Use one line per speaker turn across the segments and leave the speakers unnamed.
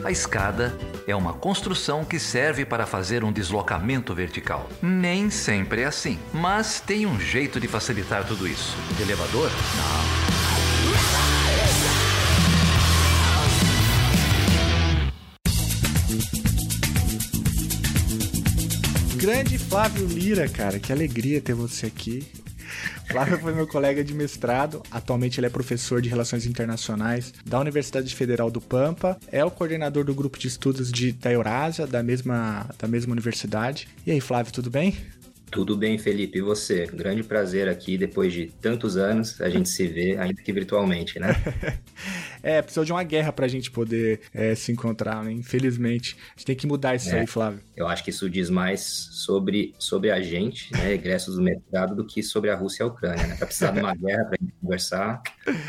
A escada é uma construção que serve para fazer um deslocamento vertical. Nem sempre é assim, mas tem um jeito de facilitar tudo isso. De elevador? Não.
Grande Flávio Lira, cara, que alegria ter você aqui. Flávio foi meu colega de mestrado, atualmente ele é professor de Relações Internacionais da Universidade Federal do Pampa, é o coordenador do grupo de estudos da Eurásia, da mesma universidade. E aí, Flávio, tudo bem?
Tudo bem, Felipe, e você? Grande prazer aqui, depois de tantos anos, a gente se vê, ainda que virtualmente, né?
Precisou de uma guerra pra gente poder se encontrar, né? Infelizmente. A gente tem que mudar isso aí, Flávio.
Eu acho que isso diz mais sobre a gente, né, egressos do mestrado, do que sobre a Rússia e a Ucrânia, né? Pra precisar de uma guerra pra gente conversar.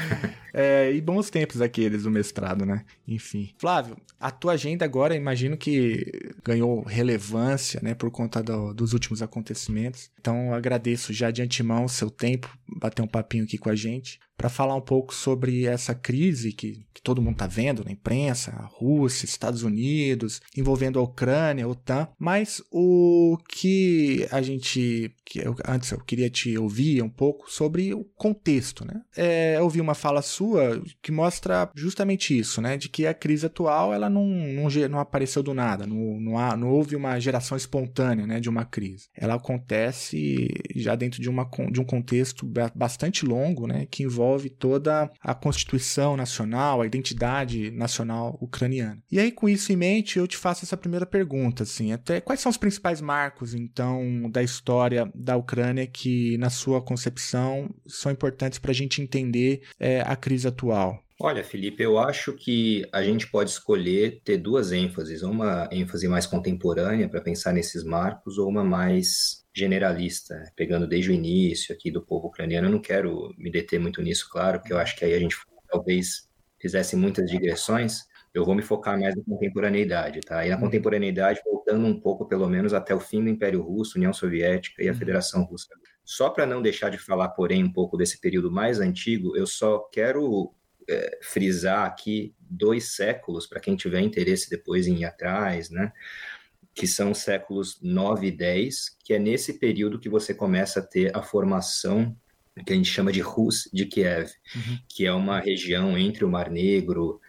E bons tempos aqueles do mestrado, né? Enfim. Flávio, a tua agenda agora, imagino que ganhou relevância, né, por conta dos últimos acontecimentos. Então, eu agradeço já de antemão o seu tempo, bater um papinho aqui com a gente, para falar um pouco sobre essa crise que todo mundo está vendo na imprensa, a Rússia, Estados Unidos, envolvendo a Ucrânia, a OTAN, mas o que antes eu queria te ouvir um pouco sobre o contexto, né? Eu ouvi uma fala sua que mostra justamente isso, né? De que a crise atual ela não apareceu do nada, não houve uma geração espontânea, né, de uma crise. Ela acontece já dentro de um contexto bastante longo, né, que envolve toda a Constituição Nacional, a identidade nacional ucraniana. E aí, com isso em mente, eu te faço essa primeira pergunta, assim, até quais são os principais marcos, então, da história da Ucrânia que, na sua concepção, são importantes para a gente entender a crise atual?
Olha, Felipe, eu acho que a gente pode escolher ter duas ênfases, uma ênfase mais contemporânea para pensar nesses marcos ou uma mais generalista, né? Pegando desde o início aqui do povo ucraniano. Eu não quero me deter muito nisso, claro, porque eu acho que aí a gente talvez fizesse muitas digressões. Eu vou me focar mais na contemporaneidade, tá? E na contemporaneidade, voltando um pouco, pelo menos, até o fim do Império Russo, União Soviética e a Federação Russa. Só para não deixar de falar, porém, um pouco desse período mais antigo, eu só quero frisar aqui 2 séculos, para quem tiver interesse depois em ir atrás, né? Que são os séculos 9 e 10, que é nesse período que você começa a ter a formação que a gente chama de Rus de Kiev, que é uma região entre o Mar Negro,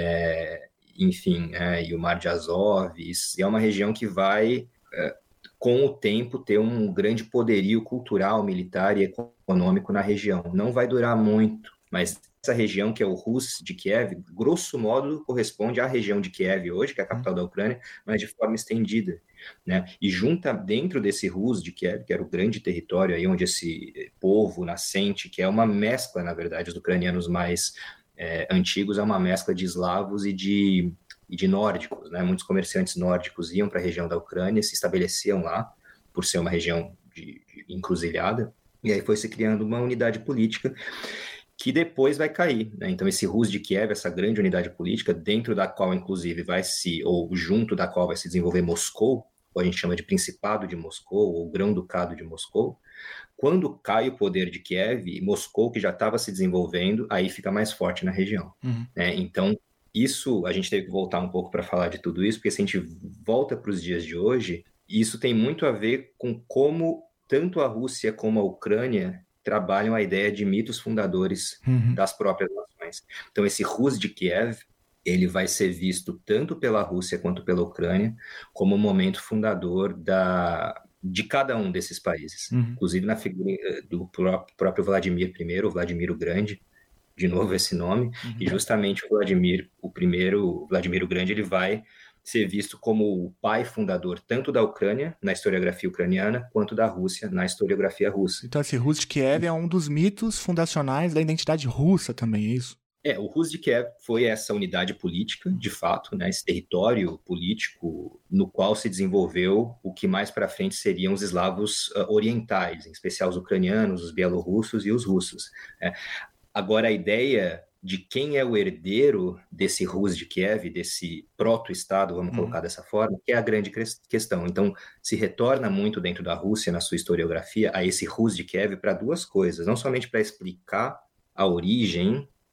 e o Mar de Azov, e é uma região que vai, com o tempo, ter um grande poderio cultural, militar e econômico na região. Não vai durar muito, mas essa região, que é o Rus de Kiev, grosso modo, corresponde à região de Kiev hoje, que é a capital da Ucrânia, mas de forma estendida, né? E junta dentro desse Rus de Kiev, que era o grande território aí onde esse povo nascente, que é uma mescla, na verdade, os ucranianos mais antigos, é uma mescla de eslavos e de nórdicos, né? Muitos comerciantes nórdicos iam para a região da Ucrânia, se estabeleciam lá, por ser uma região de encruzilhada, e aí foi se criando uma unidade política que depois vai cair, né? Então esse Rus de Kiev, essa grande unidade política, dentro da qual inclusive junto da qual vai se desenvolver Moscou, ou a gente chama de Principado de Moscou, ou Grão-Ducado de Moscou, quando cai o poder de Kiev, Moscou, que já estava se desenvolvendo, aí fica mais forte na região, né? Então isso, a gente teve que voltar um pouco para falar de tudo isso, porque se a gente volta para os dias de hoje, isso tem muito a ver com como tanto a Rússia como a Ucrânia trabalham a ideia de mitos fundadores das próprias nações. Então, esse Rus de Kiev, ele vai ser visto tanto pela Rússia quanto pela Ucrânia como um momento fundador de cada um desses países. Inclusive na figura do próprio Vladimir I, o Vladimir o Grande, de novo esse nome, e justamente o Vladimir o Grande, ele vai ser visto como o pai fundador tanto da Ucrânia, na historiografia ucraniana, quanto da Rússia, na historiografia russa.
Então esse Rus de Kiev é um dos mitos fundacionais da identidade russa também, é isso?
O Rus de Kiev foi essa unidade política, de fato, né, esse território político no qual se desenvolveu o que mais para frente seriam os eslavos orientais, em especial os ucranianos, os bielorrussos e os russos. Agora, a ideia de quem é o herdeiro desse Rus de Kiev, desse proto-estado, vamos colocar dessa forma, que é a grande questão. Então, se retorna muito dentro da Rússia, na sua historiografia, a esse Rus de Kiev para 2 coisas. Não somente para explicar a origem,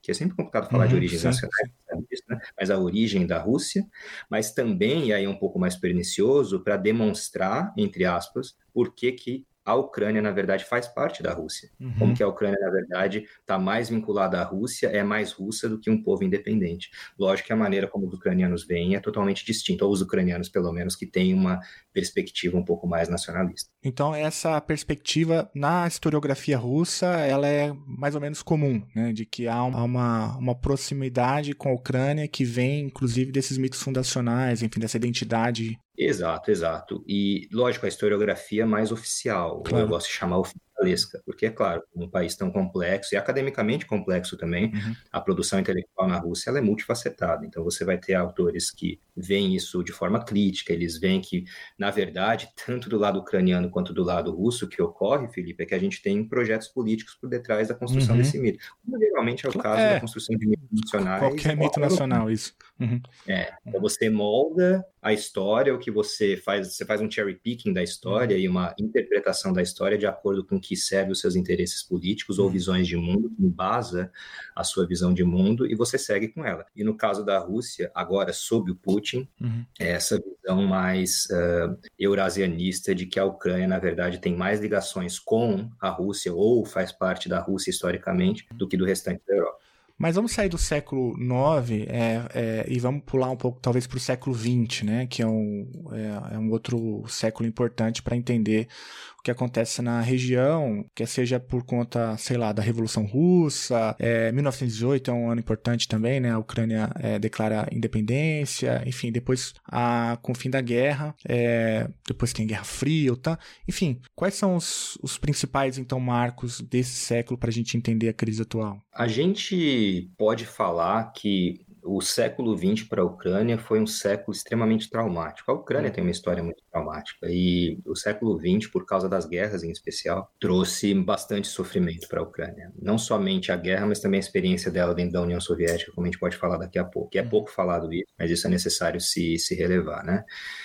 que é sempre complicado falar de origens
sim,
nacionais, sabe disso, né? Mas a origem da Rússia, mas também, e aí é um pouco mais pernicioso, para demonstrar, entre aspas, por que a Ucrânia, na verdade, faz parte da Rússia. Como que a Ucrânia, na verdade, está mais vinculada à Rússia, é mais russa do que um povo independente. Lógico que a maneira como os ucranianos veem é totalmente distinta, ou os ucranianos, pelo menos, que têm uma perspectiva um pouco mais nacionalista.
Então, essa perspectiva na historiografia russa, ela é mais ou menos comum, né? De que há uma proximidade com a Ucrânia que vem, inclusive, desses mitos fundacionais, enfim, dessa identidade.
Exato, exato. E, lógico, a historiografia mais oficial, ou eu
Claro.
gosto de chamar oficialesca, porque, é claro, um país tão complexo e academicamente complexo também, a produção intelectual na Rússia ela é multifacetada. Então, você vai ter autores que veem isso de forma crítica, eles veem que, na verdade, tanto do lado ucraniano quanto do lado russo, o que ocorre, Felipe, é que a gente tem projetos políticos por detrás da construção desse mito. Como geralmente é o caso da construção de mitos nacionais.
Qualquer mito nacional, isso.
Então você molda a história, o que você faz um cherry picking da história e uma interpretação da história de acordo com o que serve os seus interesses políticos ou visões de mundo, que embasa a sua visão de mundo, e você segue com ela. E no caso da Rússia, agora sob o Putin, essa visão mais eurasianista de que a Ucrânia, na verdade, tem mais ligações com a Rússia ou faz parte da Rússia historicamente do que do restante da Europa.
Mas vamos sair do século IX e vamos pular um pouco, talvez, para o século XX, né? Que é um outro século importante para entender o que acontece na região, quer seja por conta, sei lá, da Revolução Russa. 1918 é um ano importante também, né? A Ucrânia declara independência, enfim, depois com o fim da guerra, depois tem Guerra Fria, tá? Enfim, quais são os principais, então, marcos desse século para a gente entender a crise atual?
A gente pode falar que o século XX para a Ucrânia foi um século extremamente traumático. A Ucrânia tem uma história muito traumática e o século XX, por causa das guerras em especial, trouxe bastante sofrimento para a Ucrânia. Não somente a guerra, mas também a experiência dela dentro da União Soviética, como a gente pode falar daqui a pouco. E é pouco falado isso, mas isso é necessário se relevar, né?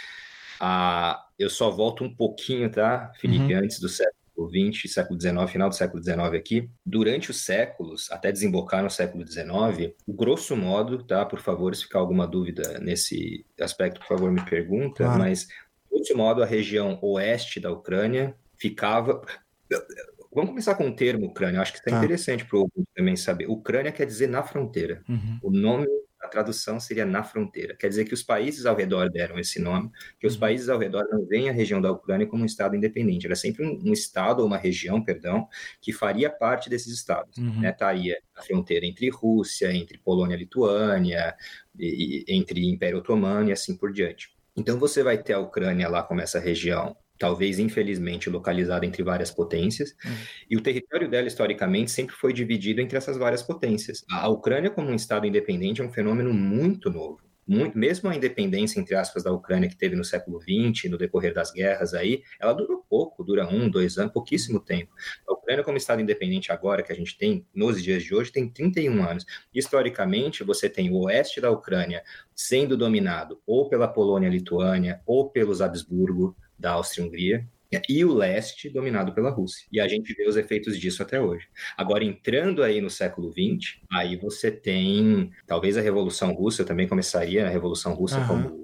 Eu só volto um pouquinho, tá, Felipe, antes do século XX, século XIX, final do século XIX aqui. Durante os séculos, até desembocar no século XIX, grosso modo, tá, por favor, se ficar alguma dúvida nesse aspecto, por favor, me pergunta, mas, grosso modo, a região oeste da Ucrânia ficava... Vamos começar com o termo Ucrânia, eu acho que isso é interessante para o ouvinte também saber. Ucrânia quer dizer na fronteira. O nome... A tradução seria na fronteira. Quer dizer que os países ao redor deram esse nome, que os países ao redor não veem a região da Ucrânia como um estado independente. Era sempre um estado, ou uma região, perdão, que faria parte desses estados. Né? Estaria a fronteira entre Rússia, entre Polônia e Lituânia, entre Império Otomano e assim por diante. Então você vai ter a Ucrânia lá como essa região, talvez, infelizmente, localizada entre várias potências, e o território dela, historicamente, sempre foi dividido entre essas várias potências. A Ucrânia, como um estado independente, é um fenômeno muito novo. Mesmo a independência, entre aspas, da Ucrânia, que teve no século XX, no decorrer das guerras aí, ela durou pouco, dura 1, 2 anos, pouquíssimo tempo. A Ucrânia, como estado independente agora, que a gente tem nos dias de hoje, tem 31 anos. Historicamente, você tem o oeste da Ucrânia sendo dominado ou pela Polônia e Lituânia, ou pelos Habsburgo, da Áustria-Hungria, e o leste dominado pela Rússia. E a gente vê os efeitos disso até hoje. Agora, entrando aí no século XX, aí você tem, talvez a Revolução Russa, eu também começaria a Revolução Russa como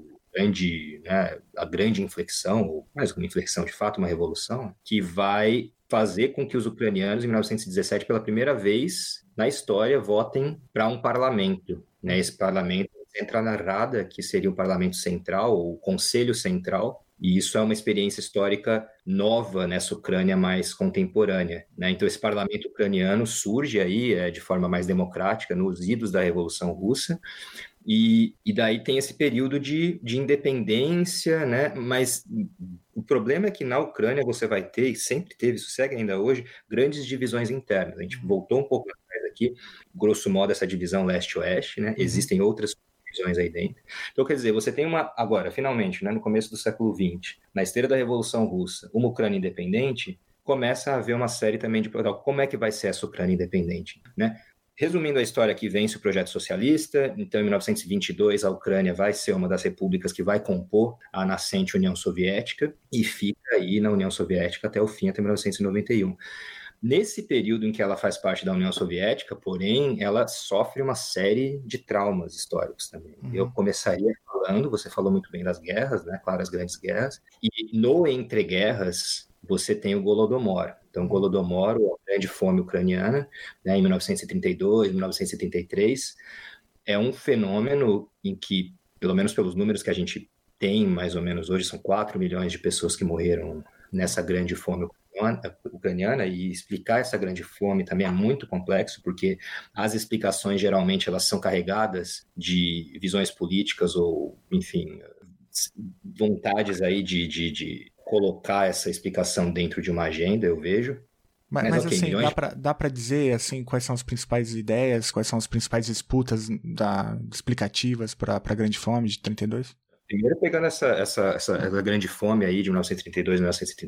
a grande inflexão, ou mais que uma inflexão de fato, uma revolução, que vai fazer com que os ucranianos, em 1917, pela primeira vez na história, votem para um parlamento. Né? Esse parlamento entra na Rada, que seria o parlamento central, ou o Conselho Central, e isso é uma experiência histórica nova nessa Ucrânia mais contemporânea. Né? Então, esse parlamento ucraniano surge aí de forma mais democrática nos idos da Revolução Russa, e daí tem esse período de independência, né? Mas o problema é que na Ucrânia você vai ter, e sempre teve, isso segue ainda hoje, grandes divisões internas. A gente voltou um pouco atrás aqui, grosso modo, essa divisão leste-oeste, né? Existem outras divisões aí dentro. Então, quer dizer, você tem agora, finalmente, né, no começo do século XX, na esteira da Revolução Russa, uma Ucrânia independente, começa a haver uma série também de como é que vai ser essa Ucrânia independente, né? Resumindo a história aqui, vence o projeto socialista, então em 1922 a Ucrânia vai ser uma das repúblicas que vai compor a nascente União Soviética e fica aí na União Soviética até o fim, até 1991. Nesse período em que ela faz parte da União Soviética, porém, ela sofre uma série de traumas históricos também. Eu começaria falando, você falou muito bem das guerras, né? Claro, as grandes guerras. E no entreguerras, você tem o Golodomor. Então, o Golodomor, a grande fome ucraniana, né, em 1932, 1973, é um fenômeno em que, pelo menos pelos números que a gente tem, mais ou menos hoje, são 4 milhões de pessoas que morreram nessa grande fome ucraniana, e explicar essa grande fome também é muito complexo, porque as explicações geralmente elas são carregadas de visões políticas ou, enfim, vontades aí de colocar essa explicação dentro de uma agenda, eu vejo.
Mas okay, assim, dá para dizer assim, quais são as principais ideias, quais são as principais disputas explicativas para a Grande Fome de 32?
Primeiro, pegando essa grande fome aí de 1932 e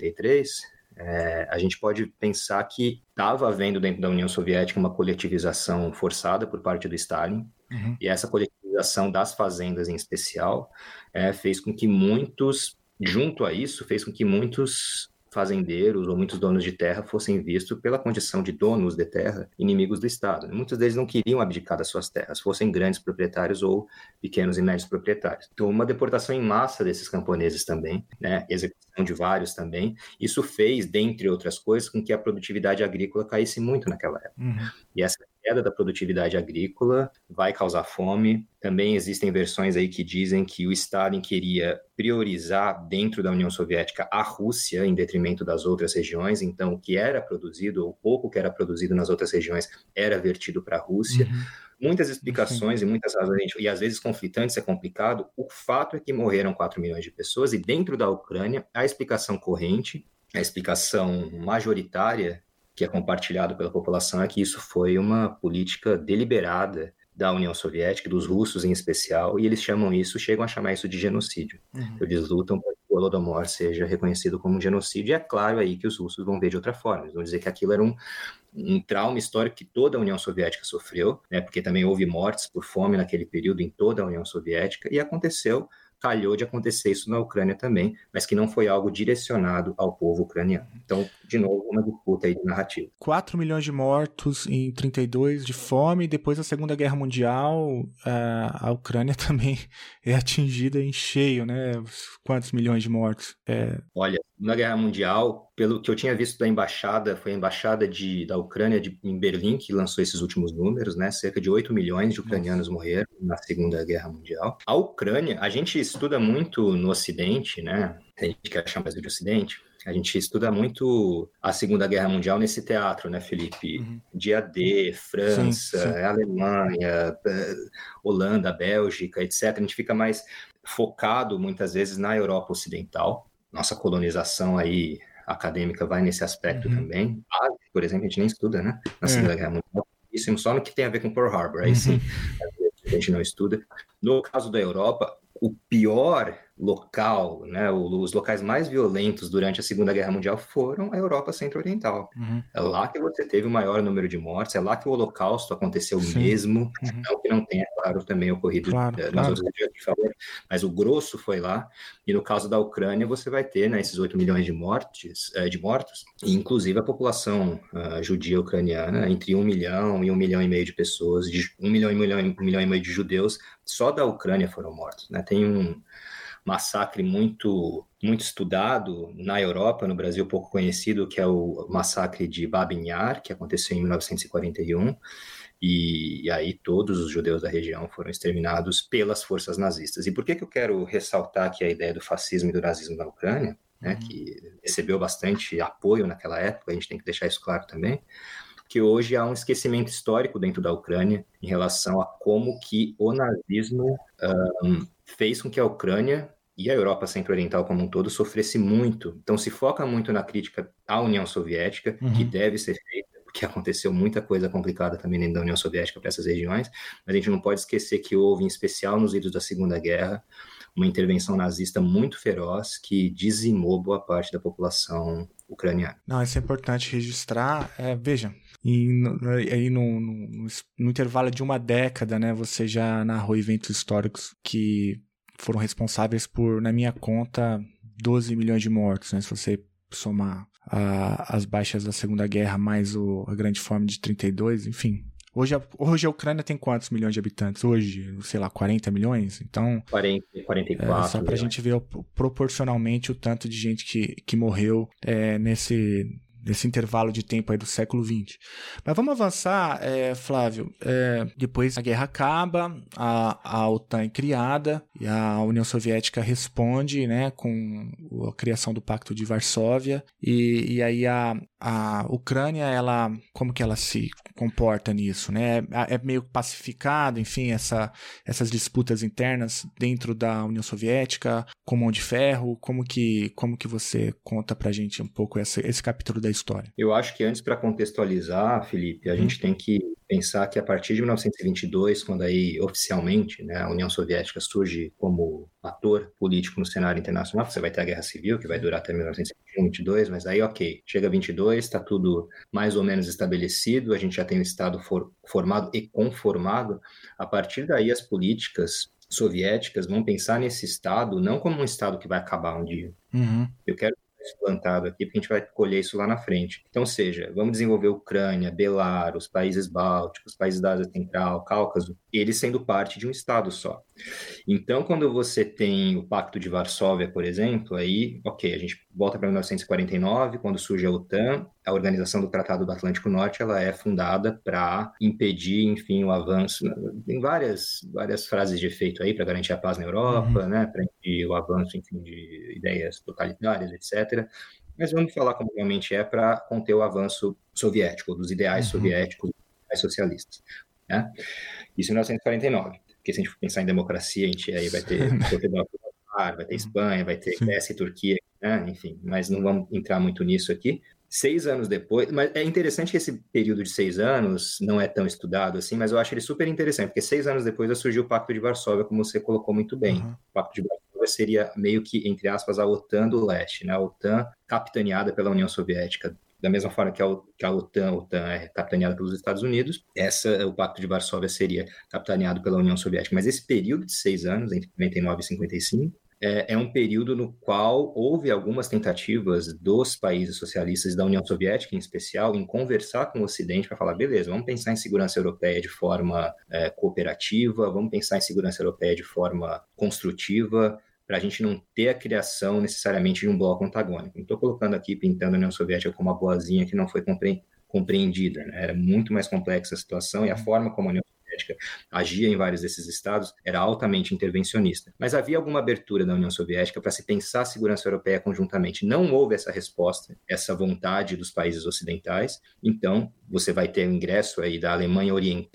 1973, a gente pode pensar que estava havendo dentro da União Soviética uma coletivização forçada por parte do Stalin, e essa coletivização das fazendas em especial fez com que muitos, junto a isso, fez com que muitos fazendeiros ou muitos donos de terra fossem vistos pela condição de donos de terra, inimigos do Estado. Muitos deles não queriam abdicar das suas terras, fossem grandes proprietários ou pequenos e médios proprietários. Então, uma deportação em massa desses camponeses também, né? Execução de vários também. Isso fez, dentre outras coisas, com que a produtividade agrícola caísse muito naquela época. E essa queda da produtividade agrícola vai causar fome. Também existem versões aí que dizem que o Stalin queria priorizar dentro da União Soviética a Rússia em detrimento das outras regiões, então o que era produzido, ou pouco que era produzido nas outras regiões, era vertido para a Rússia. Muitas explicações e muitas razões, e às vezes conflitantes, é complicado. O fato é que morreram 4 milhões de pessoas, e dentro da Ucrânia, a explicação corrente, a explicação majoritária, que é compartilhado pela população, é que isso foi uma política deliberada da União Soviética, dos russos em especial, e eles chegam a chamar isso de genocídio. Eles lutam para que o Holodomor seja reconhecido como um genocídio, e é claro aí que os russos vão ver de outra forma. Eles vão dizer que aquilo era um trauma histórico que toda a União Soviética sofreu, né, porque também houve mortes por fome naquele período em toda a União Soviética, e calhou de acontecer isso na Ucrânia também, mas que não foi algo direcionado ao povo ucraniano. Então, de novo, uma disputa aí de narrativa.
4 milhões de mortos em 32 de fome, depois da Segunda Guerra Mundial, a Ucrânia também é atingida em cheio, né? Quantos milhões de mortos?
Olha, na Guerra Mundial, pelo que eu tinha visto da embaixada, foi a embaixada da Ucrânia em Berlim que lançou esses últimos números, né? Cerca de 8 milhões de ucranianos morreram na Segunda Guerra Mundial. A Ucrânia, a gente estuda muito no Ocidente, né? A gente quer chamar de Ocidente. A gente estuda muito a Segunda Guerra Mundial nesse teatro, né, Felipe? De AD, França, Alemanha, Holanda, Bélgica, etc. A gente fica mais focado, muitas vezes, na Europa Ocidental. Nossa colonização aí acadêmica vai nesse aspecto também. Por exemplo, a gente nem estuda, né? Na Segunda Guerra Mundial. Isso só no que tem a ver com Pearl Harbor. Aí sim, a gente não estuda. No caso da Europa, o pior local, né, os locais mais violentos durante a Segunda Guerra Mundial foram a Europa Centro-Oriental. É lá que você teve o maior número de mortes, é lá que o Holocausto aconteceu mesmo, não que não tenha, claro, também ocorrido nas outras regiões que falei, mas o grosso foi lá, e no caso da Ucrânia você vai ter, né, esses 8 milhões de mortos, e inclusive a população judia ucraniana, entre 1 milhão e 1,5 milhão de pessoas, 1 milhão e meio de judeus, só da Ucrânia foram mortos, né? Tem um massacre muito estudado na Europa, no Brasil pouco conhecido, que é o massacre de Babin Yar, que aconteceu em 1941, e aí todos os judeus da região foram exterminados pelas forças nazistas. E por que eu quero ressaltar aqui a ideia do fascismo e do nazismo na Ucrânia, né, que recebeu bastante apoio naquela época, a gente tem que deixar isso claro também, que hoje há um esquecimento histórico dentro da Ucrânia em relação a como que o nazismo fez com que a Ucrânia e a Europa Centro-Oriental como um todo sofresse muito. Então se foca muito na crítica à União Soviética, que deve ser feita, porque aconteceu muita coisa complicada também dentro da União Soviética para essas regiões, mas a gente não pode esquecer que houve, em especial nos idos da Segunda Guerra, uma intervenção nazista muito feroz que dizimou boa parte da população ucraniana.
Não, isso é importante registrar. Veja, aí no intervalo de uma década, né, você já narrou eventos históricos que foram responsáveis por, na minha conta, 12 milhões de mortos, né, se você somar as baixas da Segunda Guerra, mais a Grande Fome de 32, enfim. Hoje a Ucrânia tem quantos milhões de habitantes? Hoje, sei lá, 40 milhões? Então,
44
só pra gente ver proporcionalmente o tanto de gente que morreu nesse intervalo de tempo aí do século XX. Mas vamos avançar, Flávio. Depois a guerra acaba, a OTAN é criada e a União Soviética responde, né, com a criação do Pacto de Varsóvia. E aí a Ucrânia, como que ela se comporta nisso, né? É meio pacificado, enfim, essas disputas internas dentro da União Soviética, com mão de ferro. Como que você conta pra gente um pouco esse capítulo da história?
Eu acho que antes, para contextualizar, Felipe, a gente tem que pensar que a partir de 1922, quando aí oficialmente, né, a União Soviética surge como ator político no cenário internacional, você vai ter a Guerra Civil, que vai durar até 1921, 22, mas aí, ok, chega 22, está tudo mais ou menos estabelecido, a gente já tem o Estado formado e conformado. A partir daí, as políticas soviéticas vão pensar nesse Estado não como um Estado que vai acabar um dia. Eu quero plantado aqui, porque a gente vai colher isso lá na frente. Então, seja, vamos desenvolver Ucrânia, Belarus, países bálticos, países da Ásia Central, Cáucaso, eles sendo parte de um Estado só. Então, quando você tem o Pacto de Varsóvia, por exemplo, aí, ok, a gente volta para 1949, quando surge a OTAN, a Organização do Tratado do Atlântico Norte, ela é fundada para impedir, enfim, o avanço. Tem várias frases de efeito aí para garantir a paz na Europa, né, para impedir o avanço, enfim, de ideias totalitárias, etc. Mas vamos falar como realmente é para conter o avanço soviético, dos ideais soviéticos, ideais socialistas, né? Isso em 1949. Porque se a gente for pensar em democracia, a gente aí vai ter vai ter Espanha, vai ter Grécia e Turquia, né? Enfim, mas não vamos entrar muito nisso aqui. 6 anos depois, mas é interessante que esse período de 6 anos não é tão estudado assim, mas eu acho ele super interessante, porque 6 anos depois surgiu o Pacto de Varsóvia, como você colocou muito bem. O Pacto de Varsóvia seria meio que, entre aspas, a OTAN do leste, né? A OTAN capitaneada pela União Soviética. Da mesma forma que a OTAN é capitaneada pelos Estados Unidos, o Pacto de Varsóvia seria capitaneado pela União Soviética. Mas esse período de 6 anos, entre 49 e 55, é um período no qual houve algumas tentativas dos países socialistas, da União Soviética em especial, em conversar com o Ocidente para falar, beleza, vamos pensar em segurança europeia de forma cooperativa, vamos pensar em segurança europeia de forma construtiva, para a gente não ter a criação necessariamente de um bloco antagônico. Não estou colocando aqui, pintando a União Soviética como uma boazinha que não foi compreendida, né? Era muito mais complexa a situação e a forma como a União Soviética agia em vários desses estados era altamente intervencionista. Mas havia alguma abertura da União Soviética para se pensar a segurança europeia conjuntamente. Não houve essa resposta, essa vontade dos países ocidentais. Então, você vai ter o ingresso aí da Alemanha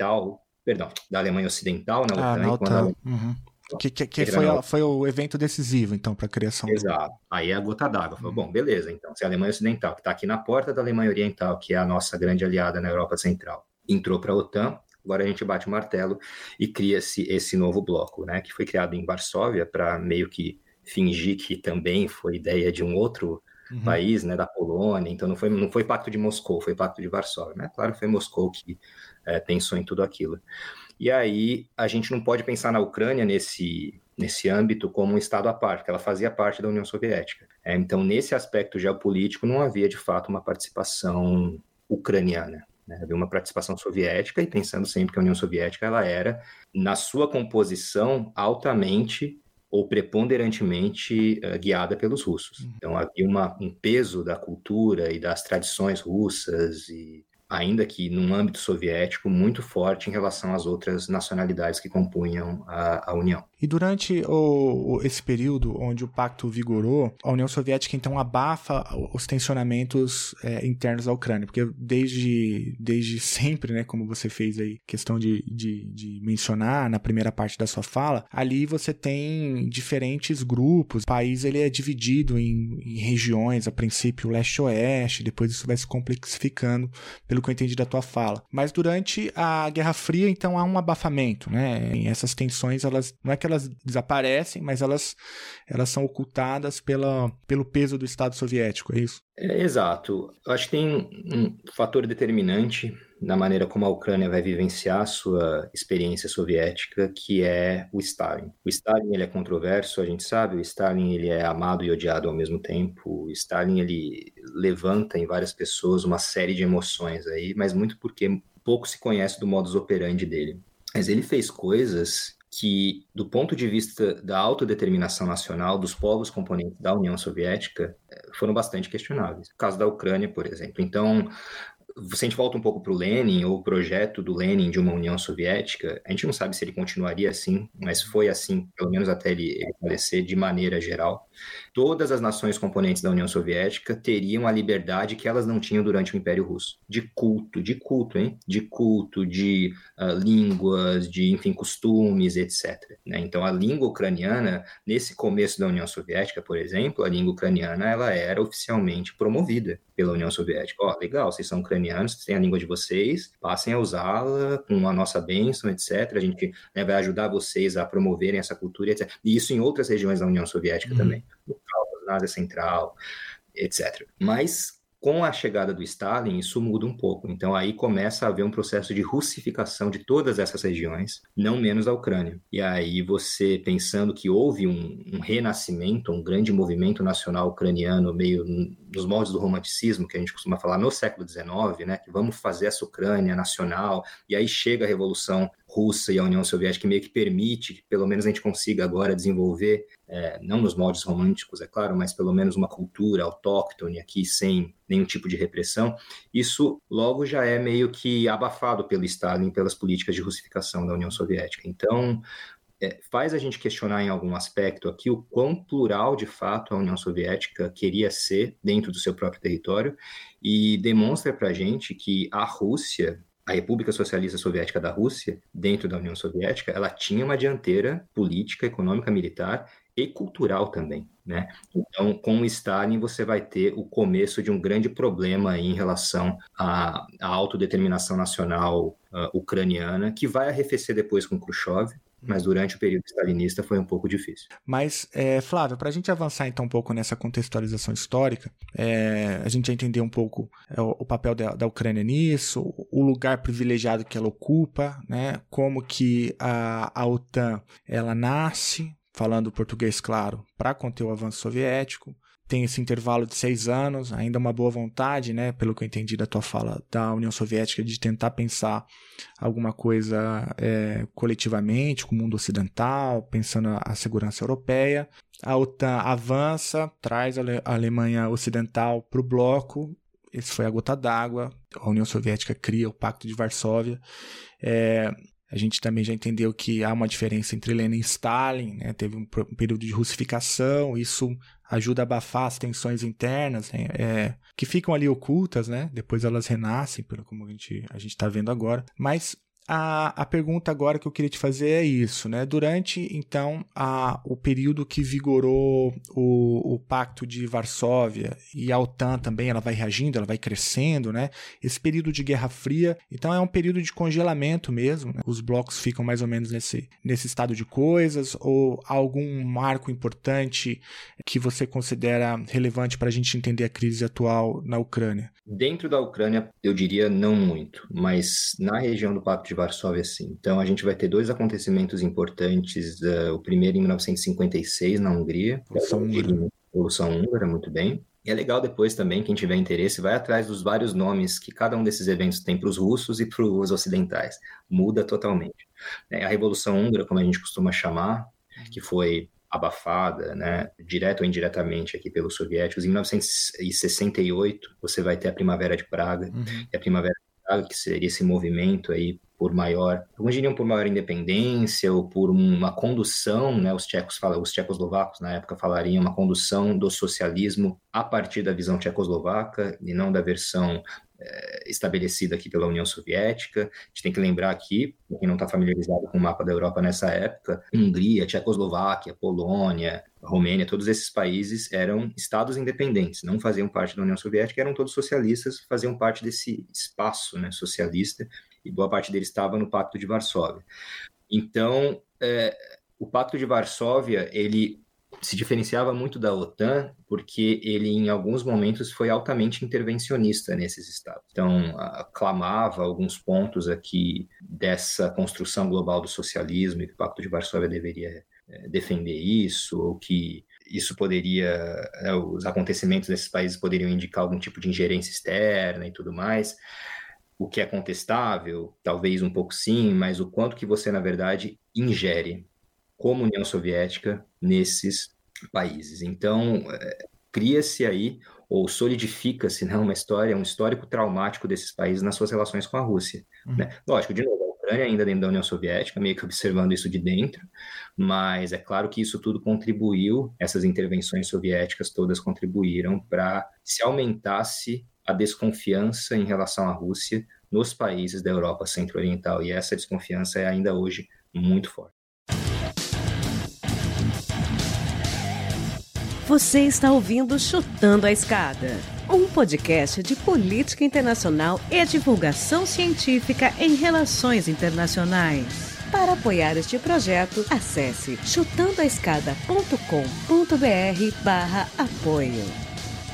da Alemanha Ocidental na OTAN.
Na OTAN. Que foi o evento decisivo, então, para a criação.
Exato. Aí é a gota d'água. Falou, bom, beleza, então, se a Alemanha Ocidental, que está aqui na porta da Alemanha Oriental, que é a nossa grande aliada na Europa Central, entrou para a OTAN, agora a gente bate o martelo e cria-se esse novo bloco, né, que foi criado em Varsóvia para meio que fingir que também foi ideia de um outro país, né, da Polônia. Então não foi Pacto de Moscou, foi Pacto de Varsóvia, né? Claro, foi Moscou que pensou em tudo aquilo. E aí a gente não pode pensar na Ucrânia nesse âmbito como um estado à parte, porque ela fazia parte da União Soviética. Então, nesse aspecto geopolítico, não havia de fato uma participação ucraniana, né? Havia uma participação soviética, e pensando sempre que a União Soviética ela era, na sua composição, altamente ou preponderantemente guiada pelos russos. Então havia um peso da cultura e das tradições russas, e ainda que num âmbito soviético, muito forte em relação às outras nacionalidades que compunham a União.
E durante esse período onde o pacto vigorou, a União Soviética então abafa os tensionamentos internos da Ucrânia, porque desde sempre, né, como você fez aí, questão de mencionar na primeira parte da sua fala, ali você tem diferentes grupos, o país ele é dividido em regiões, a princípio leste-oeste, depois isso vai se complexificando, pelo que eu entendi da tua fala. Mas durante a Guerra Fria, então, há um abafamento, né? E essas tensões, não é que elas desaparecem, mas elas são ocultadas pelo peso do Estado soviético, é isso?
Exato. Eu acho que tem um fator determinante na maneira como a Ucrânia vai vivenciar a sua experiência soviética, que é o Stalin. O Stalin, ele é controverso, a gente sabe, o Stalin, ele é amado e odiado ao mesmo tempo. O Stalin, ele levanta em várias pessoas uma série de emoções aí, mas muito porque pouco se conhece do modus operandi dele. Mas ele fez coisas que, do ponto de vista da autodeterminação nacional dos povos componentes da União Soviética, foram bastante questionáveis. O caso da Ucrânia, por exemplo. Então, se a gente volta um pouco para o Lenin, ou o projeto do Lenin de uma União Soviética, a gente não sabe se ele continuaria assim, mas foi assim, pelo menos até ele falecer, de maneira geral. Todas as nações componentes da União Soviética teriam a liberdade que elas não tinham durante o Império Russo. De culto, hein? De culto, de línguas, de, enfim, costumes, etc. Né? Então, a língua ucraniana, nesse começo da União Soviética, por exemplo, a língua ucraniana, ela era oficialmente promovida pela União Soviética. Ó, legal, vocês são ucranianos, vocês têm a língua de vocês, passem a usá-la com a nossa bênção, etc. A gente, né, vai ajudar vocês a promoverem essa cultura, etc. E isso em outras regiões da União Soviética também. No Cáucaso, na Ásia Central, etc. Mas com a chegada do Stalin, isso muda um pouco. Então, aí começa a haver um processo de russificação de todas essas regiões, não menos a Ucrânia. E aí você, pensando que houve um renascimento, um grande movimento nacional ucraniano, meio nos moldes do romanticismo, que a gente costuma falar no século XIX, né, que vamos fazer essa Ucrânia nacional, e aí chega a Revolução Russa e a União Soviética, que meio que permite que pelo menos a gente consiga agora desenvolver, não nos moldes românticos, é claro, mas pelo menos uma cultura autóctone aqui, sem nenhum tipo de repressão. Isso logo já é meio que abafado pelo Stalin, pelas políticas de russificação da União Soviética. Então, faz a gente questionar em algum aspecto aqui o quão plural, de fato, a União Soviética queria ser dentro do seu próprio território, e demonstra para a gente que a Rússia, a República Socialista Soviética da Rússia, dentro da União Soviética, ela tinha uma dianteira política, econômica, militar e cultural também, né? Então, com o Stalin, você vai ter o começo de um grande problema aí em relação à autodeterminação nacional ucraniana, que vai arrefecer depois com Khrushchev, mas durante o período stalinista foi um pouco difícil.
Mas, Flávio, para a gente avançar então um pouco nessa contextualização histórica, a gente já entendeu um pouco o papel da Ucrânia nisso, o lugar privilegiado que ela ocupa, né? Como que a OTAN ela nasce, falando português claro, para conter o avanço soviético. Tem esse intervalo de 6 anos, ainda uma boa vontade, né, pelo que eu entendi da tua fala, da União Soviética, de tentar pensar alguma coisa coletivamente, com o mundo ocidental, pensando a segurança europeia. A OTAN avança, traz a Alemanha Ocidental para o bloco. Esse foi a gota d'água. A União Soviética cria o Pacto de Varsóvia. A gente também já entendeu que há uma diferença entre Lenin e Stalin, né? Teve um período de russificação, isso ajuda a abafar as tensões internas, né? Que ficam ali ocultas, né? Depois elas renascem, pelo como a gente está vendo agora. Mas a pergunta agora que eu queria te fazer é isso, né? Durante, então, o período que vigorou o Pacto de Varsóvia e a OTAN também, ela vai reagindo, ela vai crescendo, né? Esse período de Guerra Fria, então é um período de congelamento mesmo, né? Os blocos ficam mais ou menos nesse estado de coisas, ou algum marco importante que você considera relevante para a gente entender a crise atual na Ucrânia?
Dentro da Ucrânia, eu diria não muito, mas na região do Pacto de Varsóvia, sim. Então, a gente vai ter 2 acontecimentos importantes. O primeiro em 1956, na Hungria. Revolução Húngara, muito bem. E é legal depois também, quem tiver interesse, vai atrás dos vários nomes que cada um desses eventos tem para os russos e para os ocidentais. Muda totalmente. A Revolução Húngara, como a gente costuma chamar, que foi abafada, né, direto ou indiretamente aqui pelos soviéticos. Em 1968, você vai ter a Primavera de Praga, e a Primavera de Praga, que seria esse movimento aí por maior, alguns diriam por maior independência ou por uma condução, né, os tchecoslovacos na época falariam uma condução do socialismo a partir da visão tchecoslovaca e não da versão estabelecida aqui pela União Soviética. A gente tem que lembrar aqui, quem não está familiarizado com o mapa da Europa nessa época, Hungria, Tchecoslováquia, Polônia, Romênia, todos esses países eram estados independentes, não faziam parte da União Soviética, eram todos socialistas, faziam parte desse espaço, né, socialista, e boa parte deles estava no Pacto de Varsóvia. Então, o Pacto de Varsóvia, ele se diferenciava muito da OTAN porque ele, em alguns momentos, foi altamente intervencionista nesses estados. Então, clamava alguns pontos aqui dessa construção global do socialismo e que o Pacto de Varsóvia deveria defender isso, ou que isso poderia, os acontecimentos desses países poderiam indicar algum tipo de ingerência externa e tudo mais, o que é contestável, talvez um pouco sim, mas o quanto que você, na verdade, ingere como União Soviética nesses países. Então, cria-se aí, ou solidifica-se, né, uma história, um histórico traumático desses países nas suas relações com a Rússia. Né? Lógico, de novo, a Ucrânia ainda dentro da União Soviética, meio que observando isso de dentro, mas é claro que isso tudo contribuiu, essas intervenções soviéticas todas contribuíram para se aumentasse a desconfiança em relação à Rússia nos países da Europa Centro-Oriental, e essa desconfiança é ainda hoje muito forte.
Você está ouvindo Chutando a Escada, um podcast de política internacional e divulgação científica em relações internacionais. Para apoiar este projeto, acesse chutandoaescada.com.br/apoio.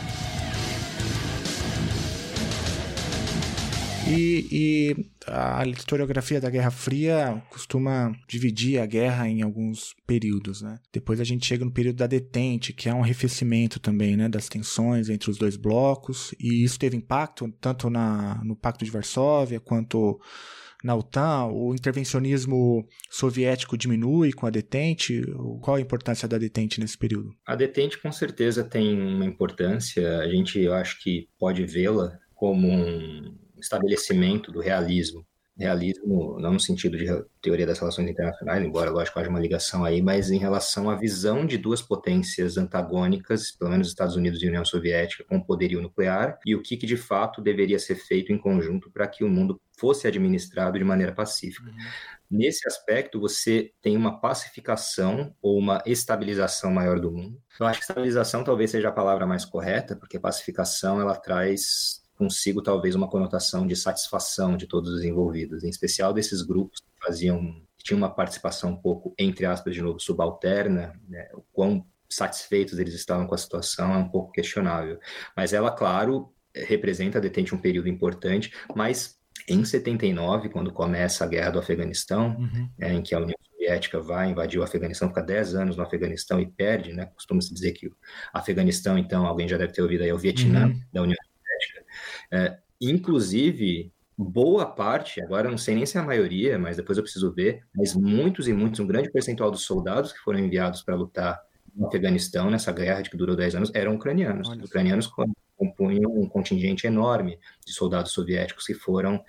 E a historiografia da Guerra Fria costuma dividir a guerra em alguns períodos, né? Depois a gente chega no período da detente, que é um arrefecimento também, né, das tensões entre os dois blocos, e isso teve impacto tanto no Pacto de Varsóvia quanto na OTAN. O intervencionismo soviético diminui com a detente. Qual a importância da detente nesse período?
A detente com certeza tem uma importância, eu acho que pode vê-la como um estabelecimento do realismo. Realismo não no sentido de teoria das relações internacionais, embora, lógico, haja uma ligação aí, mas em relação à visão de duas potências antagônicas, pelo menos Estados Unidos e União Soviética, com poderio nuclear, e o que de fato deveria ser feito em conjunto para que o mundo fosse administrado de maneira pacífica. Nesse aspecto, você tem uma pacificação ou uma estabilização maior do mundo. Eu acho que estabilização talvez seja a palavra mais correta, porque pacificação ela traz consigo talvez uma conotação de satisfação de todos os envolvidos, em especial desses grupos que tinham uma participação um pouco, entre aspas, de novo, subalterna, né? O quão satisfeitos eles estavam com a situação é um pouco questionável. Mas ela, claro, representa a detente um período importante, mas em 79, quando começa a guerra do Afeganistão, em que a União Soviética vai invadir o Afeganistão, fica 10 anos no Afeganistão e perde, né? Costuma-se dizer que o Afeganistão, então, alguém já deve ter ouvido aí, é o Vietnã da União Soviética. Inclusive, boa parte, agora eu não sei nem se é a maioria, mas depois eu preciso ver, mas muitos, um grande percentual dos soldados que foram enviados para lutar no Afeganistão, nessa guerra que durou 10 anos, eram ucranianos. Os ucranianos compunham um contingente enorme de soldados soviéticos que foram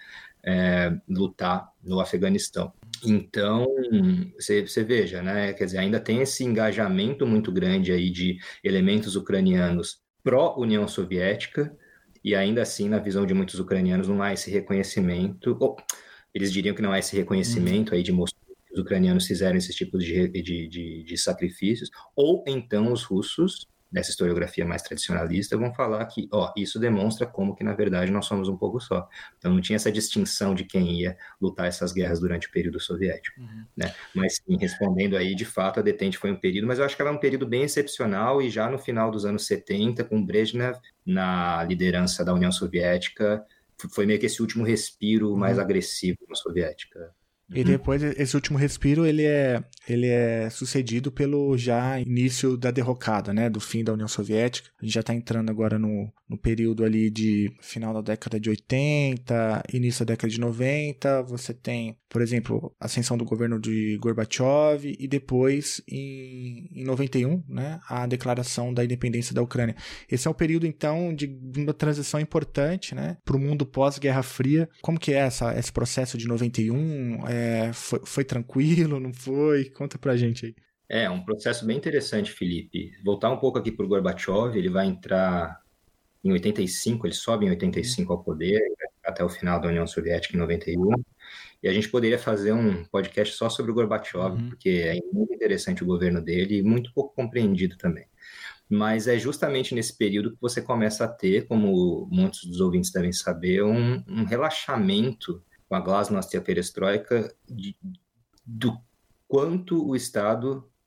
lutar no Afeganistão. Então, você veja, né? Quer dizer, ainda tem esse engajamento muito grande aí de elementos ucranianos pró-União Soviética, e ainda assim, na visão de muitos ucranianos, não há esse reconhecimento, eles diriam que não há esse reconhecimento aí de mostrar que os ucranianos fizeram esses tipos de sacrifícios, ou então os russos, dessa historiografia mais tradicionalista, vão falar que, isso demonstra como que, na verdade, nós somos um pouco só. Então, não tinha essa distinção de quem ia lutar essas guerras durante o período soviético. Né? Mas, sim, respondendo aí, de fato, a detente foi um período, mas eu acho que ela é um período bem excepcional, e já no final dos anos 70, com Brezhnev na liderança da União Soviética, foi meio que esse último respiro mais agressivo na soviética.
E depois, esse último respiro, ele é sucedido pelo já início da derrocada, né? Do fim da União Soviética. A gente já está entrando agora no período ali de final da década de 80, início da década de 90. Você tem, por exemplo, a ascensão do governo de Gorbachev e depois, em 91, né? A declaração da independência da Ucrânia. Esse é um período, então, de uma transição importante, né? Para o mundo pós-Guerra Fria. Como que é esse processo de 91? Foi tranquilo, não foi? Conta pra gente aí.
É um processo bem interessante, Felipe. Voltar um pouco aqui para o Gorbachev, ele vai entrar em 85, ele sobe em 85 ao poder, até o final da União Soviética em 91, e a gente poderia fazer um podcast só sobre o Gorbachev, porque é muito interessante o governo dele e muito pouco compreendido também. Mas é justamente nesse período que você começa a ter, como muitos dos ouvintes devem saber, um relaxamento com a glasnost e a perestroika do quanto o Estado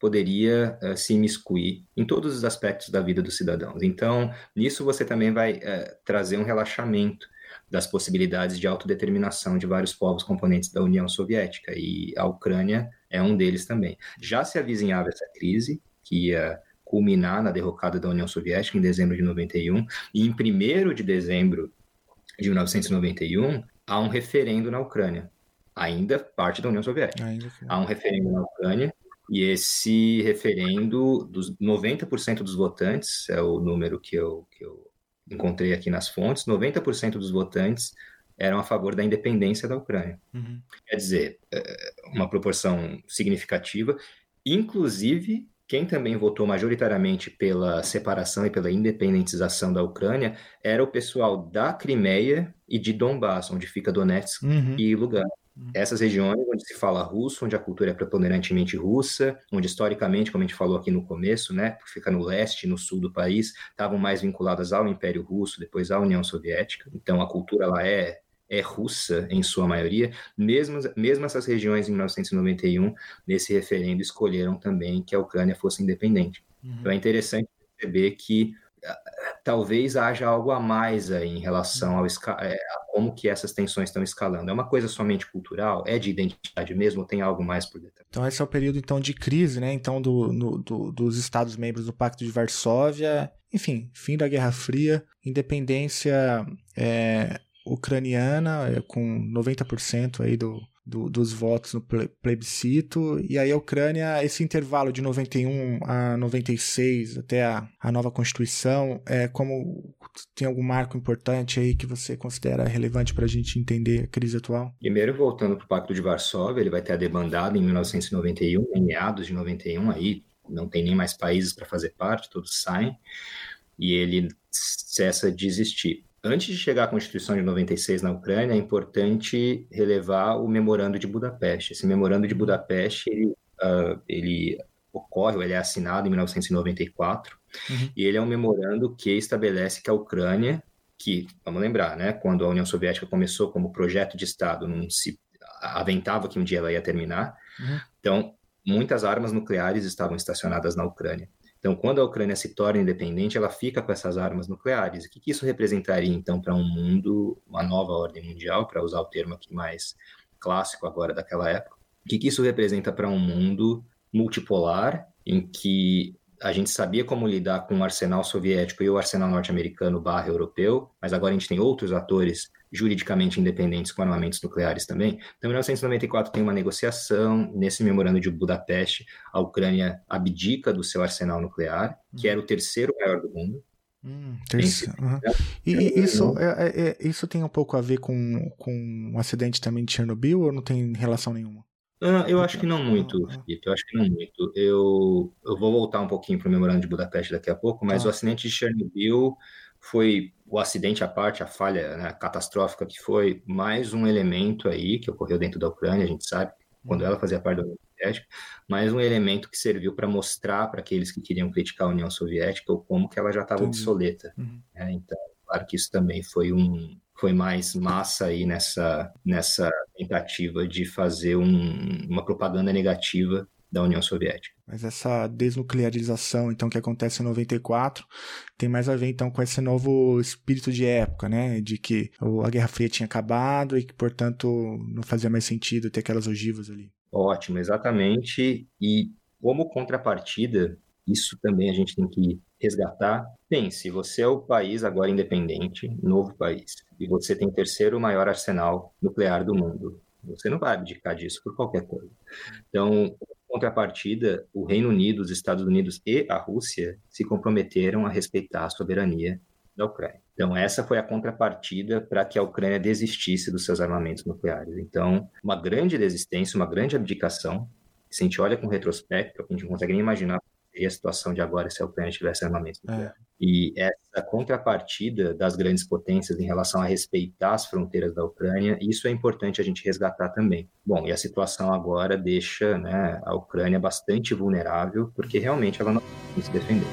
poderia se imiscuir em todos os aspectos da vida dos cidadãos. Então, nisso você também vai trazer um relaxamento das possibilidades de autodeterminação de vários povos componentes da União Soviética, e a Ucrânia é um deles também. Já se avizinhava essa crise, que ia culminar na derrocada da União Soviética em dezembro de 91, e em 1º de dezembro de 1991, há um referendo na Ucrânia, ainda parte da União Soviética. Há um referendo na Ucrânia, e esse referendo, dos 90% dos votantes, é o número que eu encontrei aqui nas fontes, 90% dos votantes eram a favor da independência da Ucrânia. Uhum. Quer dizer, uma proporção significativa. Inclusive, quem também votou majoritariamente pela separação e pela independentização da Ucrânia era o pessoal da Crimeia e de Donbass, onde fica Donetsk e Lugansk. Essas regiões onde se fala russo, onde a cultura é preponderantemente russa, onde historicamente, como a gente falou aqui no começo, né, fica no leste e no sul do país, estavam mais vinculadas ao Império Russo, depois à União Soviética. Então a cultura ela é russa em sua maioria. Mesmo essas regiões em 1991, nesse referendo, escolheram também que a Ucrânia fosse independente. Então é interessante perceber que talvez haja algo a mais aí em relação a como que essas tensões estão escalando. É uma coisa somente cultural? É de identidade mesmo? Ou tem algo mais por detrás?
Então esse é o período então de crise, né? Então dos Estados membros do Pacto de Varsóvia, enfim, fim da Guerra Fria, independência ucraniana com 90% aí dos votos no plebiscito, e aí a Ucrânia, esse intervalo de 91 a 96 até a nova Constituição, como tem algum marco importante aí que você considera relevante para a gente entender a crise atual?
Primeiro, voltando para o Pacto de Varsóvia, ele vai ter a debandada em 1991, em meados de 91, aí não tem nem mais países para fazer parte, todos saem, e ele cessa de existir. Antes de chegar à Constituição de 96 na Ucrânia, é importante relevar o Memorando de Budapeste. Esse Memorando de Budapeste, ele ocorre, ou ele é assinado em 1994, e ele é um memorando que estabelece que a Ucrânia, que, vamos lembrar, né, quando a União Soviética começou como projeto de Estado, não se aventava que um dia ela ia terminar, então muitas armas nucleares estavam estacionadas na Ucrânia. Então, quando a Ucrânia se torna independente, ela fica com essas armas nucleares. O que isso representaria, então, para um mundo, uma nova ordem mundial, para usar o termo aqui mais clássico agora daquela época? O que isso representa para um mundo multipolar, em que a gente sabia como lidar com o arsenal soviético e o arsenal norte-americano / europeu, mas agora a gente tem outros atores juridicamente independentes com armamentos nucleares também. Então, em 1994 tem uma negociação, nesse memorando de Budapeste, a Ucrânia abdica do seu arsenal nuclear, que era o terceiro maior do mundo.
E isso tem um pouco a ver com o acidente também de Chernobyl, ou não tem relação nenhuma?
Eu acho que não muito, Felipe, eu vou voltar um pouquinho para o memorando de Budapeste daqui a pouco, mas o acidente de Chernobyl foi o acidente à parte, a falha, né, catastrófica que foi, mais um elemento aí que ocorreu dentro da Ucrânia, a gente sabe, quando ela fazia parte da União Soviética, mais um elemento que serviu para mostrar para aqueles que queriam criticar a União Soviética o como que ela já estava obsoleta. Então, claro que isso também foi mais massa aí nessa tentativa de fazer uma propaganda negativa da União Soviética.
Mas essa desnuclearização, então, que acontece em 94, tem mais a ver, então, com esse novo espírito de época, né? De que a Guerra Fria tinha acabado e que, portanto, não fazia mais sentido ter aquelas ogivas ali.
Ótimo, exatamente. E como contrapartida, isso também a gente tem que resgatar. Se você é o país agora independente, novo país, e você tem o terceiro maior arsenal nuclear do mundo, você não vai abdicar disso por qualquer coisa. Então, contrapartida, o Reino Unido, os Estados Unidos e a Rússia se comprometeram a respeitar a soberania da Ucrânia. Então, essa foi a contrapartida para que a Ucrânia desistisse dos seus armamentos nucleares. Então, uma grande desistência, uma grande abdicação. Se a gente olha com retrospecto, a gente não consegue nem imaginar a situação de agora se a Ucrânia tivesse armamentos nucleares. E essa contrapartida das grandes potências em relação a respeitar as fronteiras da Ucrânia, isso é importante a gente resgatar também. Bom, e a situação agora deixa, né, a Ucrânia bastante vulnerável, porque realmente ela não tem se defender.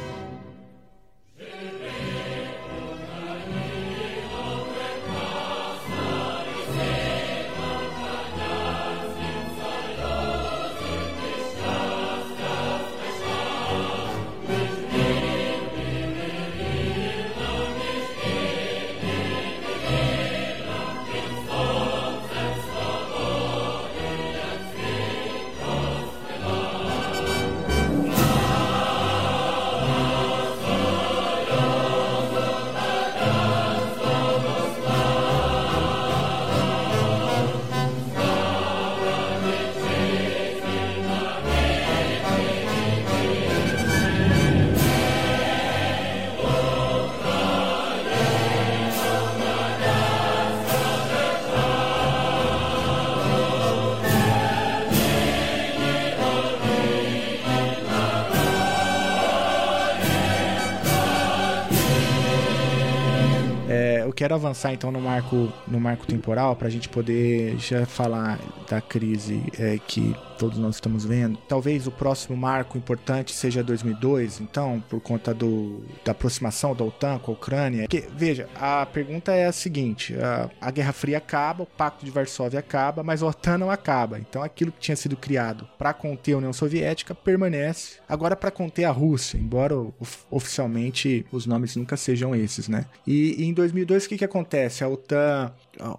quero avançar então no marco temporal para a gente poder já falar da crise que todos nós estamos vendo. Talvez o próximo marco importante seja 2002, então, por conta da aproximação da OTAN com a Ucrânia. Porque, veja, a pergunta é a seguinte, a Guerra Fria acaba, o Pacto de Varsóvia acaba, mas a OTAN não acaba. Então, aquilo que tinha sido criado para conter a União Soviética permanece. Agora, para conter a Rússia, embora oficialmente os nomes nunca sejam esses, né? E em 2002, o que acontece? A OTAN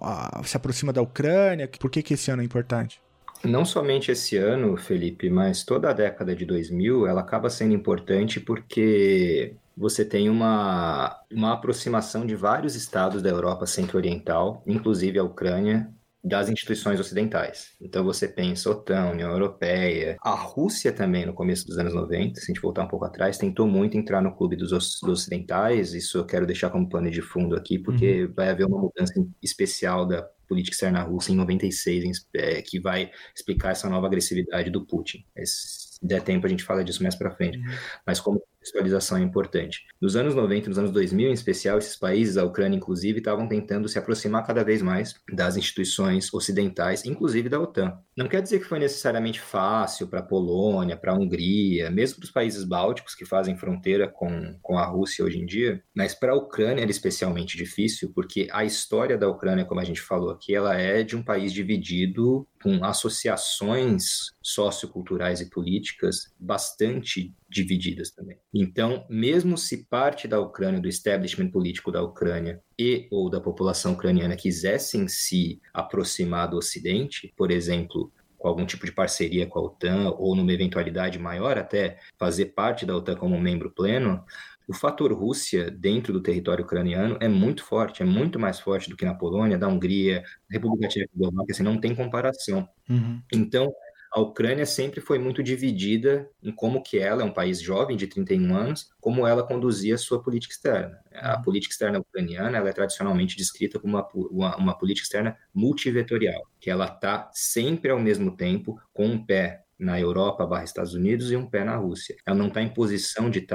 se aproxima da Ucrânia. Por que esse ano é importante?
Não somente esse ano, Felipe, mas toda a década de 2000, ela acaba sendo importante porque você tem uma aproximação de vários estados da Europa Centro-Oriental, inclusive a Ucrânia, das instituições ocidentais. Então você pensa OTAN, União Europeia, a Rússia também no começo dos anos 90, se a gente voltar um pouco atrás, tentou muito entrar no clube dos ocidentais, isso eu quero deixar como pano de fundo aqui, porque vai haver uma mudança especial da política externa russa em 96, que vai explicar essa nova agressividade do Putin. Se der tempo a gente fala disso mais para frente, mas como contextualização é importante. Nos anos 90, nos anos 2000 em especial, esses países, a Ucrânia inclusive, estavam tentando se aproximar cada vez mais das instituições ocidentais, inclusive da OTAN. Não quer dizer que foi necessariamente fácil para a Polônia, para a Hungria, mesmo para os países bálticos que fazem fronteira com a Rússia hoje em dia, mas para a Ucrânia era especialmente difícil, porque a história da Ucrânia, como a gente falou aqui, ela é de um país dividido com associações socioculturais e políticas bastante divididas também. Então, mesmo se parte da Ucrânia, do establishment político da Ucrânia ou da população ucraniana quisessem se aproximar do Ocidente, por exemplo, com algum tipo de parceria com a OTAN ou numa eventualidade maior até fazer parte da OTAN como membro pleno, o fator Rússia dentro do território ucraniano é muito forte, é muito mais forte do que na Polônia, da Hungria, República Tchecoslováquia, assim, não tem comparação. Então, a Ucrânia sempre foi muito dividida em como que ela, é um país jovem de 31 anos, como ela conduzia a sua política externa. A política externa ucraniana ela é tradicionalmente descrita como uma política externa multivetorial, que ela está sempre ao mesmo tempo com um pé na Europa / Estados Unidos e um pé na Rússia. Ela não está em posição de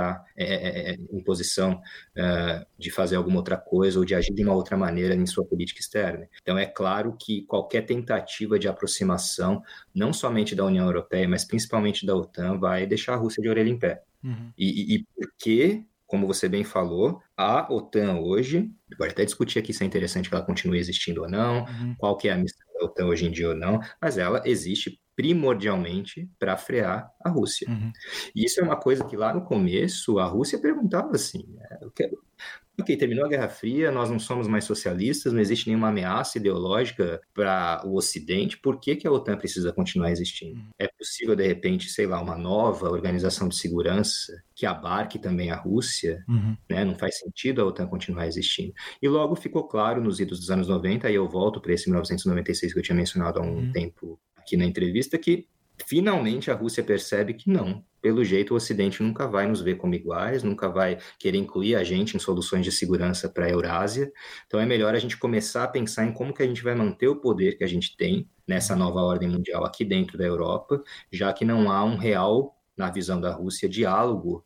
de fazer alguma outra coisa ou de agir de uma outra maneira em sua política externa. Então é claro que qualquer tentativa de aproximação, não somente da União Europeia, mas principalmente da OTAN, vai deixar a Rússia de orelha em pé. E porque, como você bem falou, a OTAN hoje, pode até discutir aqui se é interessante que ela continue existindo ou não, qual que é a missão da OTAN hoje em dia ou não, mas ela existe primordialmente para frear a Rússia. E isso é uma coisa que lá no começo a Rússia perguntava assim, ok, terminou a Guerra Fria, nós não somos mais socialistas, não existe nenhuma ameaça ideológica para o Ocidente, por que a OTAN precisa continuar existindo? É possível, de repente, sei lá, uma nova organização de segurança que abarque também a Rússia? Né? Não faz sentido a OTAN continuar existindo. E logo ficou claro nos idos dos anos 90, aí eu volto para esse 1996 que eu tinha mencionado há um tempo aqui na entrevista, que finalmente a Rússia percebe que não, pelo jeito o Ocidente nunca vai nos ver como iguais, nunca vai querer incluir a gente em soluções de segurança para a Eurásia, então é melhor a gente começar a pensar em como que a gente vai manter o poder que a gente tem nessa nova ordem mundial aqui dentro da Europa, já que não há um real, na visão da Rússia, diálogo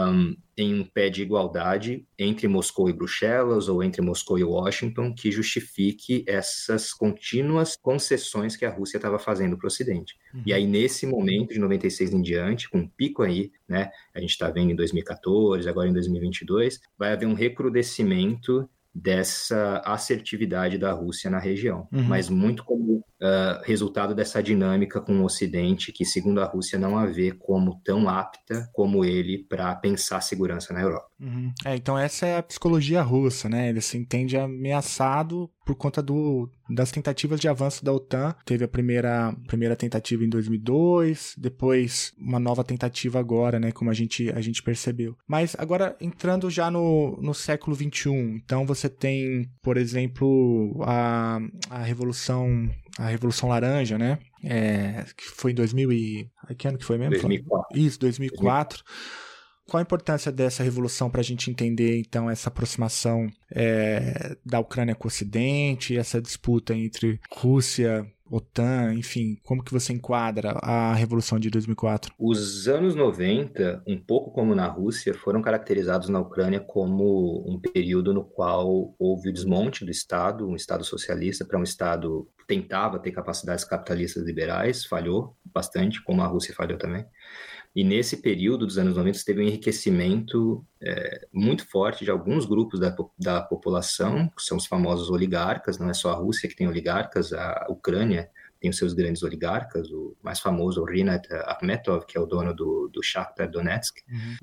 em um pé de igualdade entre Moscou e Bruxelas ou entre Moscou e Washington que justifique essas contínuas concessões que a Rússia estava fazendo para o Ocidente. E aí, nesse momento de 96 em diante, com um pico aí, né, a gente está vendo em 2014, agora em 2022, vai haver um recrudescimento dessa assertividade da Rússia na região, mas muito como resultado dessa dinâmica com o Ocidente, que segundo a Rússia não a vê como tão apta como ele para pensar segurança na Europa.
Então essa é a psicologia russa, né? Ele se entende ameaçado por conta das tentativas de avanço da OTAN. Teve a primeira tentativa em 2002, depois uma nova tentativa agora, né? Como a gente percebeu. Mas agora, entrando já no século XXI, então você tem, por exemplo, a Revolução Laranja, né? Que foi em 2000 e... Que ano que foi mesmo?
2004.
Isso, 2004. Qual a importância dessa revolução para a gente entender, então, essa aproximação da Ucrânia com o Ocidente, essa disputa entre Rússia, OTAN, enfim, como que você enquadra a Revolução de 2004?
Os anos 90, um pouco como na Rússia, foram caracterizados na Ucrânia como um período no qual houve o desmonte do Estado, um Estado socialista para um Estado que tentava ter capacidades capitalistas liberais, falhou bastante, como a Rússia falhou também. E nesse período dos anos 90 teve um enriquecimento muito forte de alguns grupos da população, que são os famosos oligarcas, não é só a Rússia que tem oligarcas, a Ucrânia tem os seus grandes oligarcas, o mais famoso, o Rinat Akhmetov, que é o dono do Shakhtar Donetsk,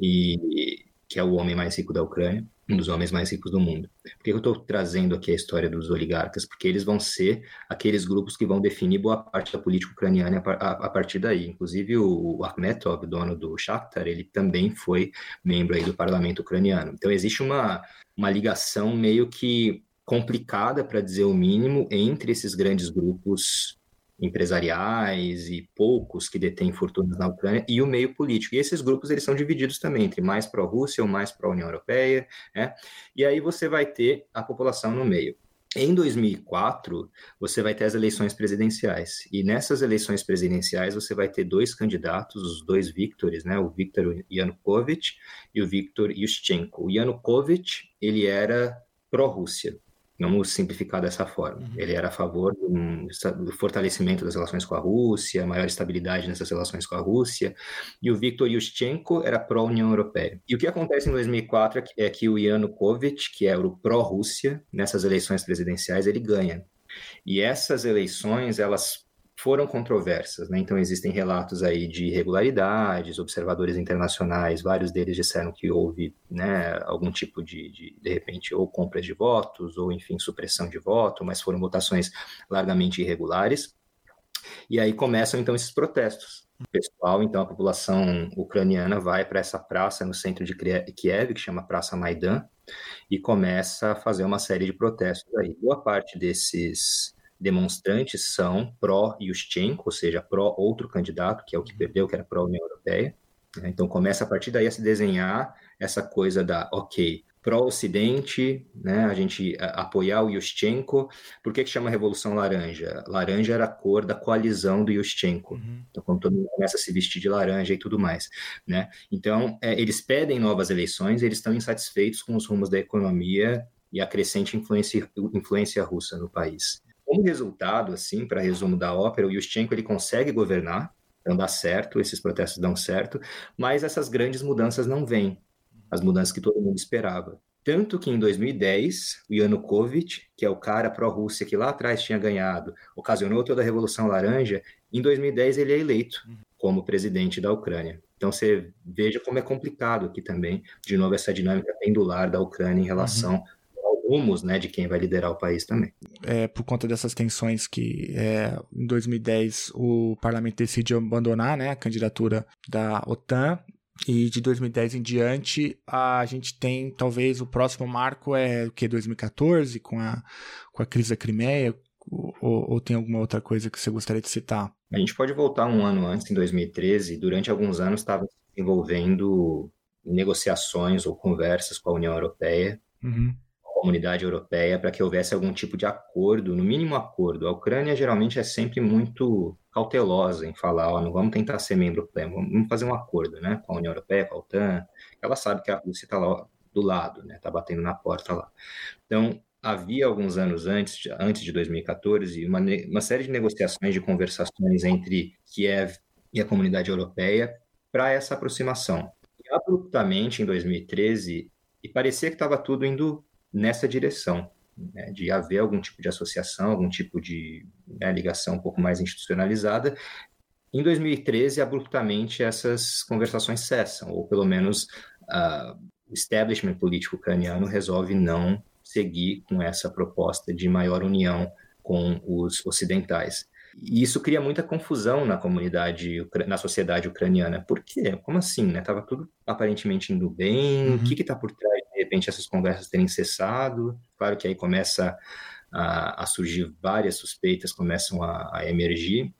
e que é o homem mais rico da Ucrânia, um dos homens mais ricos do mundo. Por que eu estou trazendo aqui a história dos oligarcas? Porque eles vão ser aqueles grupos que vão definir boa parte da política ucraniana a partir daí. Inclusive o Akhmetov, dono do Shakhtar, ele também foi membro aí do parlamento ucraniano. Então existe uma ligação meio que complicada, para dizer o mínimo, entre esses grandes grupos empresariais e poucos que detêm fortunas na Ucrânia e o meio político. E esses grupos eles são divididos também entre mais pró-Rússia ou mais pró-União Europeia, né? E aí você vai ter a população no meio. Em 2004, você vai ter as eleições presidenciais. E nessas eleições presidenciais você vai ter dois candidatos, os dois Víctores, né? O Viktor Yanukovych e o Viktor Yushchenko. O Yanukovych, ele era pró-Rússia. Vamos simplificar dessa forma. Ele era a favor do fortalecimento das relações com a Rússia, maior estabilidade nessas relações com a Rússia, e o Viktor Yushchenko era pró-União Europeia. E o que acontece em 2004 é que o Yanukovych, que era o pró-Rússia, nessas eleições presidenciais, ele ganha. E essas eleições, elas foram controversas, né? Então existem relatos aí de irregularidades, observadores internacionais, vários deles disseram que houve, né, algum tipo de repente, ou compras de votos, ou enfim, supressão de voto, mas foram votações largamente irregulares. E aí começam então esses protestos. O pessoal, então a população ucraniana vai para essa praça no centro de Kiev, que chama Praça Maidan, e começa a fazer uma série de protestos aí. Boa parte desses demonstrantes são pró-Yushchenko, ou seja, pró-outro candidato, que é o que perdeu, que era pró-União Europeia. Então começa a partir daí a se desenhar essa coisa da, pró-Ocidente, né, a gente apoiar o Yushchenko. Por que chama Revolução Laranja? Laranja era a cor da coalizão do Yushchenko. Então quando todo mundo começa a se vestir de laranja e tudo mais, né? Então eles pedem novas eleições, eles estão insatisfeitos com os rumos da economia e a crescente influência russa no país. Como resultado, assim, para resumo da ópera, o Yushchenko ele consegue governar, então dá certo, esses protestos dão certo, mas essas grandes mudanças não vêm, as mudanças que todo mundo esperava. Tanto que em 2010, o Yanukovych, que é o cara pró-Rússia que lá atrás tinha ganhado, ocasionou toda a Revolução Laranja, em 2010 ele é eleito como presidente da Ucrânia. Então você veja como é complicado aqui também, de novo, essa dinâmica pendular da Ucrânia em relação rumos, né, de quem vai liderar o país também.
Por conta dessas tensões que em 2010 o parlamento decidiu abandonar, né, a candidatura da OTAN, e de 2010 em diante a gente tem, talvez, o próximo marco é o que, 2014, com a crise da Crimeia, ou tem alguma outra coisa que você gostaria de citar?
A gente pode voltar um ano antes, em 2013, durante alguns anos estava se envolvendo negociações ou conversas com a União Europeia, Comunidade Europeia, para que houvesse algum tipo de acordo, no mínimo acordo. A Ucrânia geralmente é sempre muito cautelosa em falar, não vamos tentar ser membro pleno, vamos fazer um acordo, né, com a União Europeia, com a OTAN. Ela sabe que a Rússia está lá do lado, né, está batendo na porta lá. Então, havia alguns anos antes de 2014, uma série de negociações, de conversações entre Kiev e a Comunidade Europeia para essa aproximação. E abruptamente, em 2013, e parecia que estava tudo indo nessa direção, né, de haver algum tipo de associação, algum tipo de ligação um pouco mais institucionalizada. Em 2013, abruptamente, essas conversações cessam, ou pelo menos o establishment político ucraniano resolve não seguir com essa proposta de maior união com os ocidentais. E isso cria muita confusão na comunidade, na sociedade ucraniana. Por quê? Como assim, né? Estava tudo aparentemente indo bem, o que está por trás, de repente, essas conversas terem cessado? Claro que aí começa a surgir várias suspeitas, começam a emergir,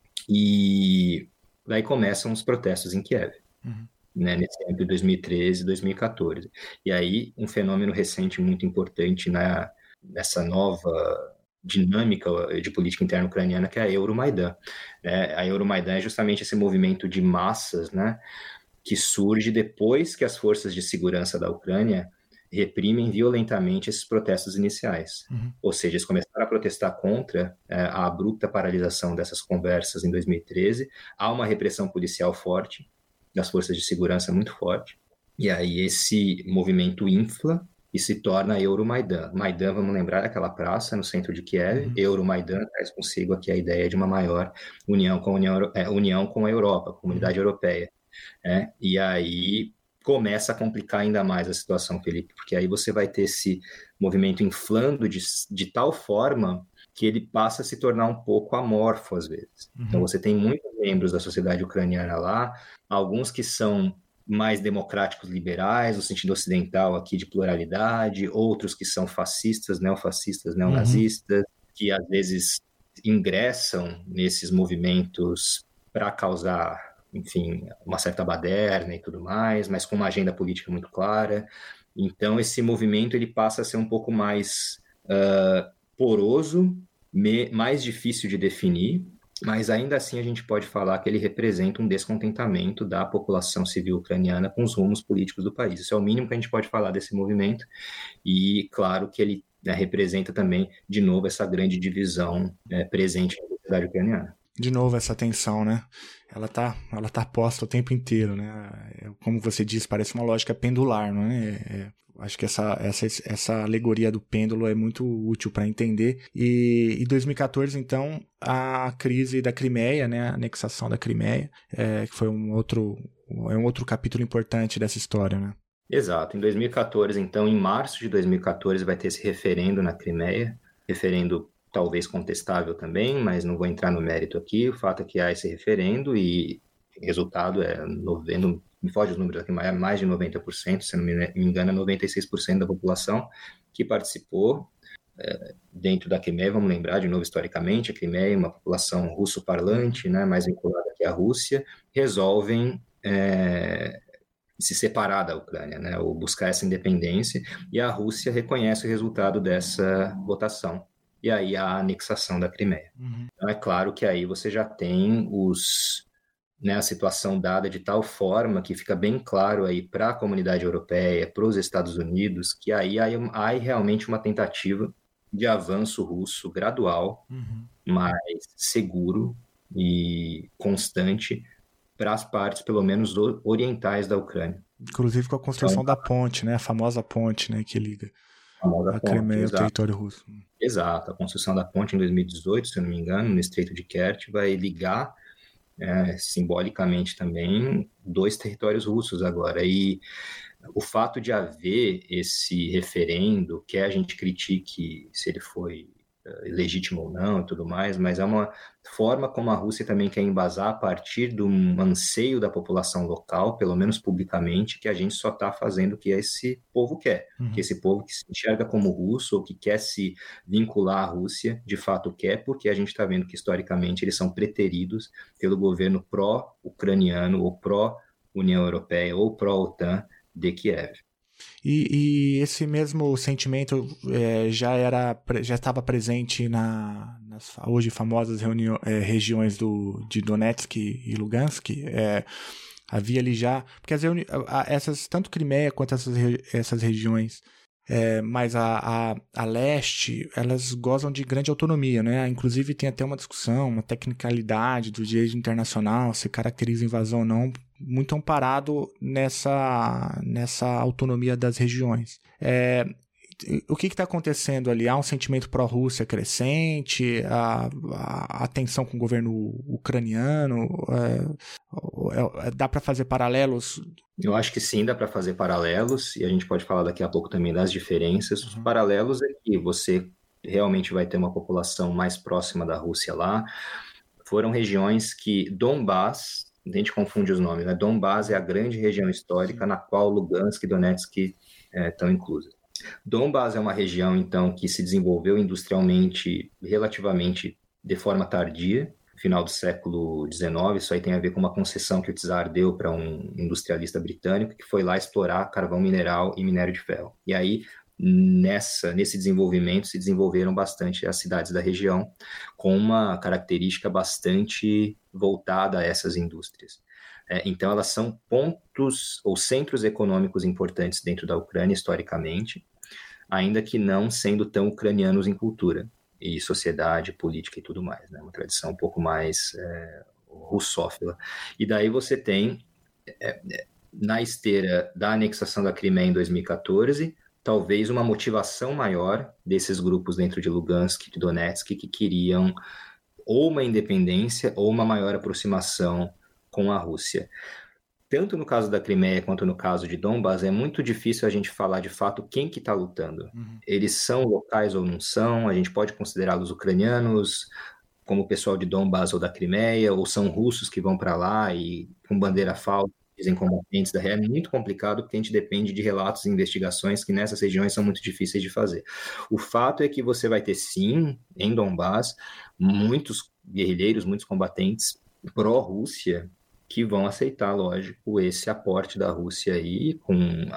e daí começam os protestos em Kiev, né, nesse ano de 2013 e 2014. E aí, um fenômeno recente muito importante nessa nova dinâmica de política interna ucraniana, que é a Euromaidan. A Euromaidan é justamente esse movimento de massas, né, que surge depois que as forças de segurança da Ucrânia reprimem violentamente esses protestos iniciais. Ou seja, eles começaram a protestar contra a abrupta paralisação dessas conversas em 2013. Há uma repressão policial forte, das forças de segurança muito forte, e aí esse movimento infla e se torna a Euromaidan. Maidan, vamos lembrar, aquela praça no centro de Kiev. Euromaidan traz consigo aqui a ideia de uma maior união com a Europa, a comunidade europeia. E aí começa a complicar ainda mais a situação, Felipe, porque aí você vai ter esse movimento inflando de tal forma que ele passa a se tornar um pouco amorfo às vezes. Então você tem muitos membros da sociedade ucraniana lá, alguns que são mais democráticos liberais, no sentido ocidental aqui de pluralidade, outros que são fascistas, neofascistas, neonazistas, que às vezes ingressam nesses movimentos para causar, enfim, uma certa baderna e tudo mais, mas com uma agenda política muito clara. Então esse movimento ele passa a ser um pouco mais poroso, mais difícil de definir, mas ainda assim a gente pode falar que ele representa um descontentamento da população civil ucraniana com os rumos políticos do país. Isso é o mínimo que a gente pode falar desse movimento, e claro que ele representa também, de novo, essa grande divisão presente na sociedade ucraniana.
De novo, essa tensão, né? Ela tá posta o tempo inteiro, né? Como você disse, parece uma lógica pendular, não é? Acho que essa alegoria do pêndulo é muito útil para entender. E em 2014, então, a crise da Crimeia, né? A anexação da Crimeia, que foi um outro capítulo importante dessa história, né?
Exato. Em 2014, então, em março de 2014, vai ter esse referendo na Crimeia, referendo talvez contestável também, mas não vou entrar no mérito aqui. O fato é que há esse referendo e o resultado me foge os números aqui, mas mais de 90%, se não me engano, 96% da população que participou dentro da Crimeia. Vamos lembrar, de novo, historicamente, a Crimeia é uma população russo-parlante, né, mais vinculada aqui à Rússia, resolvem se separar da Ucrânia, né, ou buscar essa independência, e a Rússia reconhece o resultado dessa votação. E aí a anexação da Crimeia. Então é claro que aí você já tem a situação dada de tal forma que fica bem claro aí para a comunidade europeia, para os Estados Unidos, que aí há realmente uma tentativa de avanço russo gradual, mais seguro e constante para as partes, pelo menos, orientais da Ucrânia.
Inclusive com a construção da ponte, né? A famosa ponte, né, que liga a Crimeia ao território russo.
Exato, a construção da ponte em 2018, se eu não me engano, no Estreito de Kerch, vai ligar simbolicamente também 2 territórios russos agora. E o fato de haver esse referendo, que a gente critique se ele foi legítimo ou não e tudo mais, mas é uma forma como a Rússia também quer embasar a partir do anseio da população local, pelo menos publicamente, que a gente só está fazendo o que esse povo quer, que esse povo que se enxerga como russo ou que quer se vincular à Rússia, de fato quer, porque a gente está vendo que historicamente eles são preteridos pelo governo pró-ucraniano ou pró-União Europeia ou pró-OTAN de Kiev.
E esse mesmo sentimento já estava presente nas hoje famosas regiões de Donetsk e Lugansk. Havia ali já... Porque tanto Crimeia quanto essas regiões mais a leste, elas gozam de grande autonomia, né? Inclusive tem até uma discussão, uma tecnicalidade do direito internacional, se caracteriza invasão ou não, muito amparado nessa autonomia das regiões. O que está acontecendo ali? Há um sentimento pró-Rússia crescente, a tensão com o governo ucraniano, dá para fazer paralelos?
Eu acho que sim, dá para fazer paralelos, e a gente pode falar daqui a pouco também das diferenças. Os paralelos é que você realmente vai ter uma população mais próxima da Rússia lá. Foram regiões que Donbás, a gente confunde os nomes, né? Donbás é a grande região histórica na qual Lugansk e Donetsk estão inclusas. Donbás é uma região, então, que se desenvolveu industrialmente relativamente de forma tardia, no final do século XIX. Isso aí tem a ver com uma concessão que o czar deu para um industrialista britânico que foi lá explorar carvão mineral e minério de ferro. E aí nesse desenvolvimento se desenvolveram bastante as cidades da região, com uma característica bastante voltada a essas indústrias. Então, elas são pontos ou centros econômicos importantes dentro da Ucrânia, historicamente, ainda que não sendo tão ucranianos em cultura e sociedade, política e tudo mais, né? Uma tradição um pouco mais russófila. E daí você tem, na esteira da anexação da Crimeia em 2014, talvez uma motivação maior desses grupos dentro de Lugansk e de Donetsk que queriam ou uma independência ou uma maior aproximação com a Rússia. Tanto no caso da Crimeia quanto no caso de Donbas, é muito difícil a gente falar de fato quem que está lutando. Eles são locais ou não são, a gente pode considerá-los ucranianos, como o pessoal de Donbas ou da Crimeia, ou são russos que vão para lá e com bandeira falsa dizem combatentes da região. É muito complicado porque a gente depende de relatos e investigações que nessas regiões são muito difíceis de fazer. O fato é que você vai ter, sim, em Donbas, muitos guerrilheiros, muitos combatentes pró-Rússia que vão aceitar, lógico, esse aporte da Rússia aí, com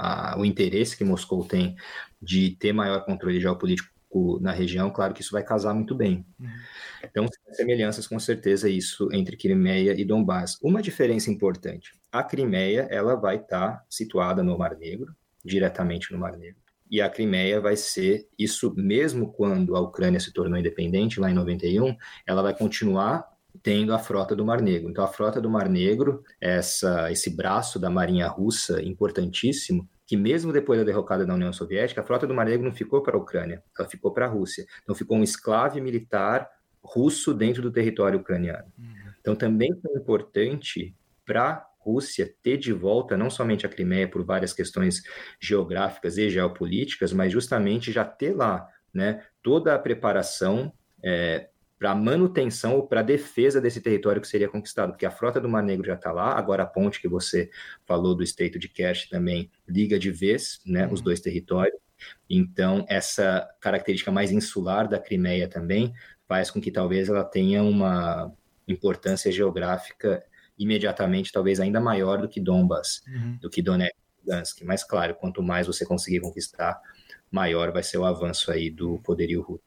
o interesse que Moscou tem de ter maior controle geopolítico na região. Claro que isso vai casar muito bem. Então, semelhanças, com certeza, isso entre Crimeia e Donbas. Uma diferença importante, a Crimeia, ela vai estar situada no Mar Negro, diretamente no Mar Negro, e a Crimeia vai ser, isso mesmo quando a Ucrânia se tornou independente, lá em 91, ela vai continuar tendo a frota do Mar Negro. Então, a frota do Mar Negro, esse braço da Marinha Russa importantíssimo, que mesmo depois da derrocada da União Soviética, a frota do Mar Negro não ficou para a Ucrânia, ela ficou para a Rússia. Então, ficou um esclave militar russo dentro do território ucraniano. Então, também é importante para a Rússia ter de volta não somente a Crimeia por várias questões geográficas e geopolíticas, mas justamente já ter lá, né, toda a preparação para a manutenção ou para a defesa desse território que seria conquistado, porque a frota do Mar Negro já está lá, agora a ponte que você falou do Estreito de Kerch também liga de vez, né, os dois territórios. Então, essa característica mais insular da Crimeia também faz com que talvez ela tenha uma importância geográfica imediatamente talvez ainda maior do que Donbas, do que Donetsk e Lugansk. Mas, claro, quanto mais você conseguir conquistar, maior vai ser o avanço aí do poderio russo.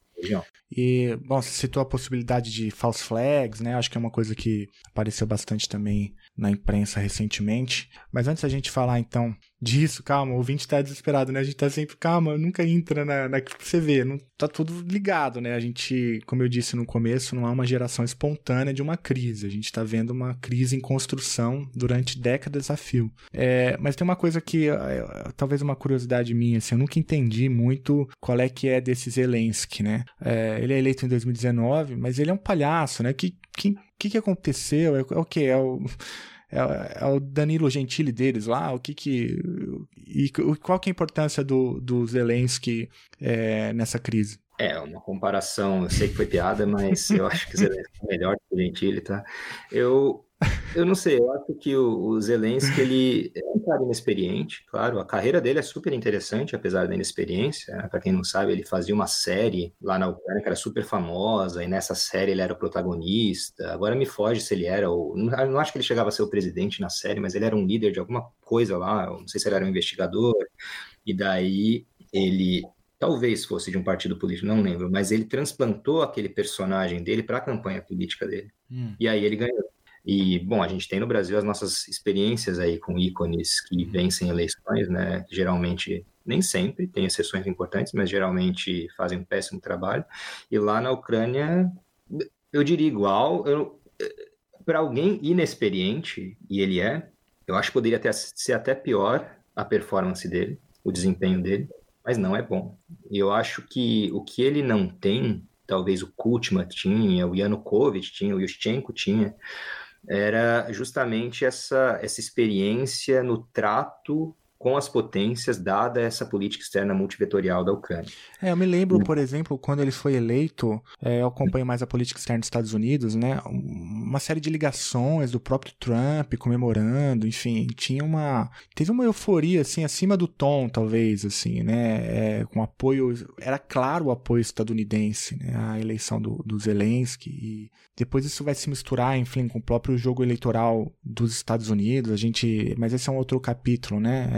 E, bom, você citou a possibilidade de false flags, né? Acho que é uma coisa que apareceu bastante também na imprensa recentemente. Mas antes da gente falar, então, disso, calma, o ouvinte tá desesperado, né? A gente tá sempre, calma, nunca entra na que você vê, não tá tudo ligado, né? A gente, como eu disse no começo, não há uma geração espontânea de uma crise. A gente tá vendo uma crise em construção durante décadas a fio. Mas tem uma coisa que, talvez uma curiosidade minha, assim, eu nunca entendi muito qual é que é desse Zelensky, né? Ele é eleito em 2019, mas ele é um palhaço, né? O que aconteceu? É o quê? É o Danilo Gentili deles lá? E qual que é a importância do Zelensky nessa crise?
Uma comparação, eu sei que foi piada, mas eu acho que o Zelensky é melhor que o Gentili, tá? Eu não sei, eu acho que o Zelensky, ele é um cara inexperiente, claro, a carreira dele é super interessante, apesar da inexperiência, né? Para quem não sabe, ele fazia uma série lá na Ucrânia que era super famosa, e nessa série ele era o protagonista. Agora me foge se ele era não acho que ele chegava a ser o presidente na série, mas ele era um líder de alguma coisa lá, eu não sei se ele era um investigador, e daí ele talvez fosse de um partido político, não lembro, mas ele transplantou aquele personagem dele para a campanha política dele, e aí ele ganhou. E, bom, a gente tem no Brasil as nossas experiências aí com ícones que vencem eleições, né? Geralmente, nem sempre, tem exceções importantes, mas geralmente fazem um péssimo trabalho. E lá na Ucrânia, eu diria igual, para alguém inexperiente, e ele eu acho que poderia ser até pior a performance dele, o desempenho dele, mas não é bom. E eu acho que o que ele não tem, talvez o Kuchma tinha, o Yanukovych tinha, o Yushchenko tinha, era justamente essa experiência no trato com as potências, dada essa política externa multivetorial da Ucrânia.
Eu me lembro, por exemplo, quando ele foi eleito, eu acompanho mais a política externa dos Estados Unidos, né? Uma série de ligações do próprio Trump comemorando, enfim, teve uma euforia, assim, acima do tom, talvez, assim, né? Com apoio, era claro o apoio estadunidense, né? A eleição do Zelensky, e depois isso vai se misturar, enfim, com o próprio jogo eleitoral dos Estados Unidos, mas esse é um outro capítulo, né?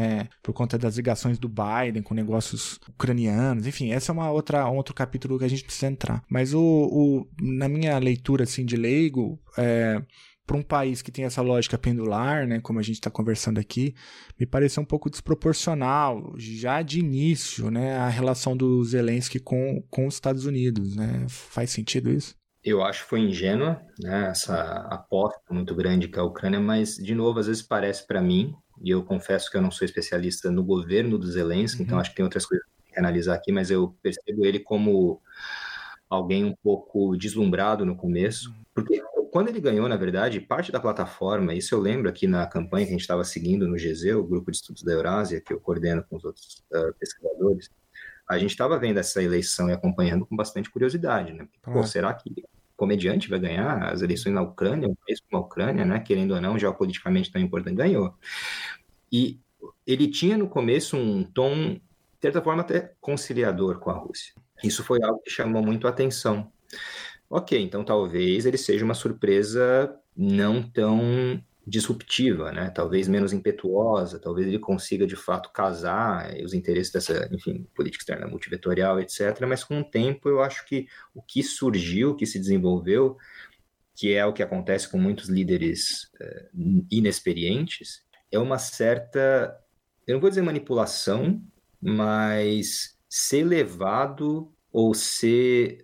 né, por conta das ligações do Biden com negócios ucranianos, enfim, essa é um outro capítulo que a gente precisa entrar. Mas na minha leitura, assim, de leigo, para um país que tem essa lógica pendular, né, como a gente está conversando aqui, me pareceu um pouco desproporcional, já de início, né, a relação do Zelensky com os Estados Unidos, né? Faz sentido isso?
Eu acho que foi ingênua, né, essa aposta muito grande que a Ucrânia, mas, de novo, às vezes parece para mim, e eu confesso que eu não sou especialista no governo do Zelensky, então acho que tem outras coisas que analisar aqui, mas eu percebo ele como alguém um pouco deslumbrado no começo, porque quando ele ganhou, na verdade, parte da plataforma, isso eu lembro aqui na campanha que a gente estava seguindo no GZ, o Grupo de Estudos da Eurásia, que eu coordeno com os outros pesquisadores, a gente estava vendo essa eleição e acompanhando com bastante curiosidade, né? Pô, será que comediante vai ganhar as eleições na Ucrânia, um país como a Ucrânia, né? Querendo ou não, geopoliticamente tão importante, ganhou. E ele tinha no começo um tom, de certa forma, até conciliador com a Rússia. Isso foi algo que chamou muito a atenção. Ok, então talvez ele seja uma surpresa não tão disruptiva, né? Talvez menos impetuosa, talvez ele consiga de fato casar os interesses dessa, enfim, política externa multivetorial, etc. Mas com o tempo eu acho que o que surgiu, o que se desenvolveu, que é o que acontece com muitos líderes inexperientes, é uma certa, eu não vou dizer manipulação, mas ser levado ou ser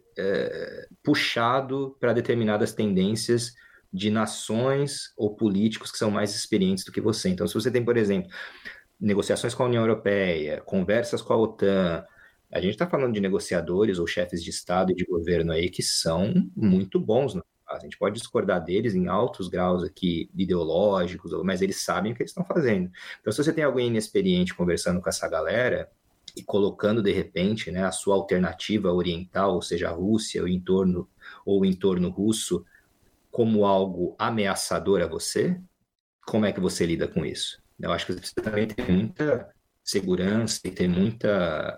puxado para determinadas tendências de nações ou políticos que são mais experientes do que você. Então, se você tem, por exemplo, negociações com a União Europeia, conversas com a OTAN, a gente está falando de negociadores ou chefes de Estado e de governo aí que são muito bons, né? A gente pode discordar deles em altos graus aqui ideológicos, mas eles sabem o que eles estão fazendo. Então, se você tem alguém inexperiente conversando com essa galera e colocando, de repente, né, a sua alternativa oriental, ou seja, a Rússia, o entorno russo, como algo ameaçador a você, como é que você lida com isso? Eu acho que você precisa também ter muita segurança e ter muita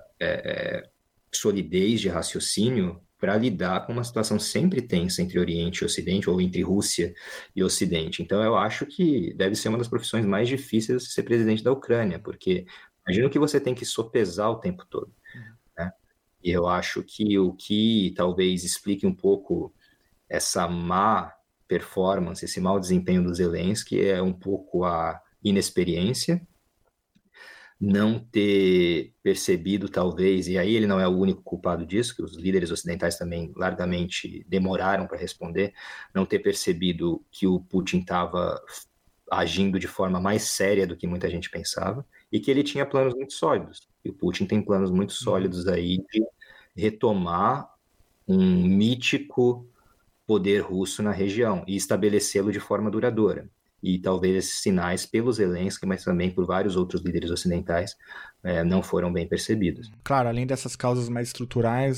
solidez de raciocínio para lidar com uma situação sempre tensa entre Oriente e Ocidente, ou entre Rússia e Ocidente. Então, eu acho que deve ser uma das profissões mais difíceis de ser presidente da Ucrânia, porque imagino que você tem que sopesar o tempo todo, né? E eu acho que o que talvez explique um pouco essa má performance, esse mau desempenho do Zelensky é um pouco a inexperiência, não ter percebido talvez, e aí ele não é o único culpado disso, que os líderes ocidentais também largamente demoraram para responder, não ter percebido que o Putin estava agindo de forma mais séria do que muita gente pensava, e que ele tinha planos muito sólidos. E o Putin tem planos muito sólidos aí de retomar um mítico poder russo na região e estabelecê-lo de forma duradoura. E talvez esses sinais, pelo Zelensky, mas também por vários outros líderes ocidentais, não foram bem percebidos.
Claro, além dessas causas mais estruturais,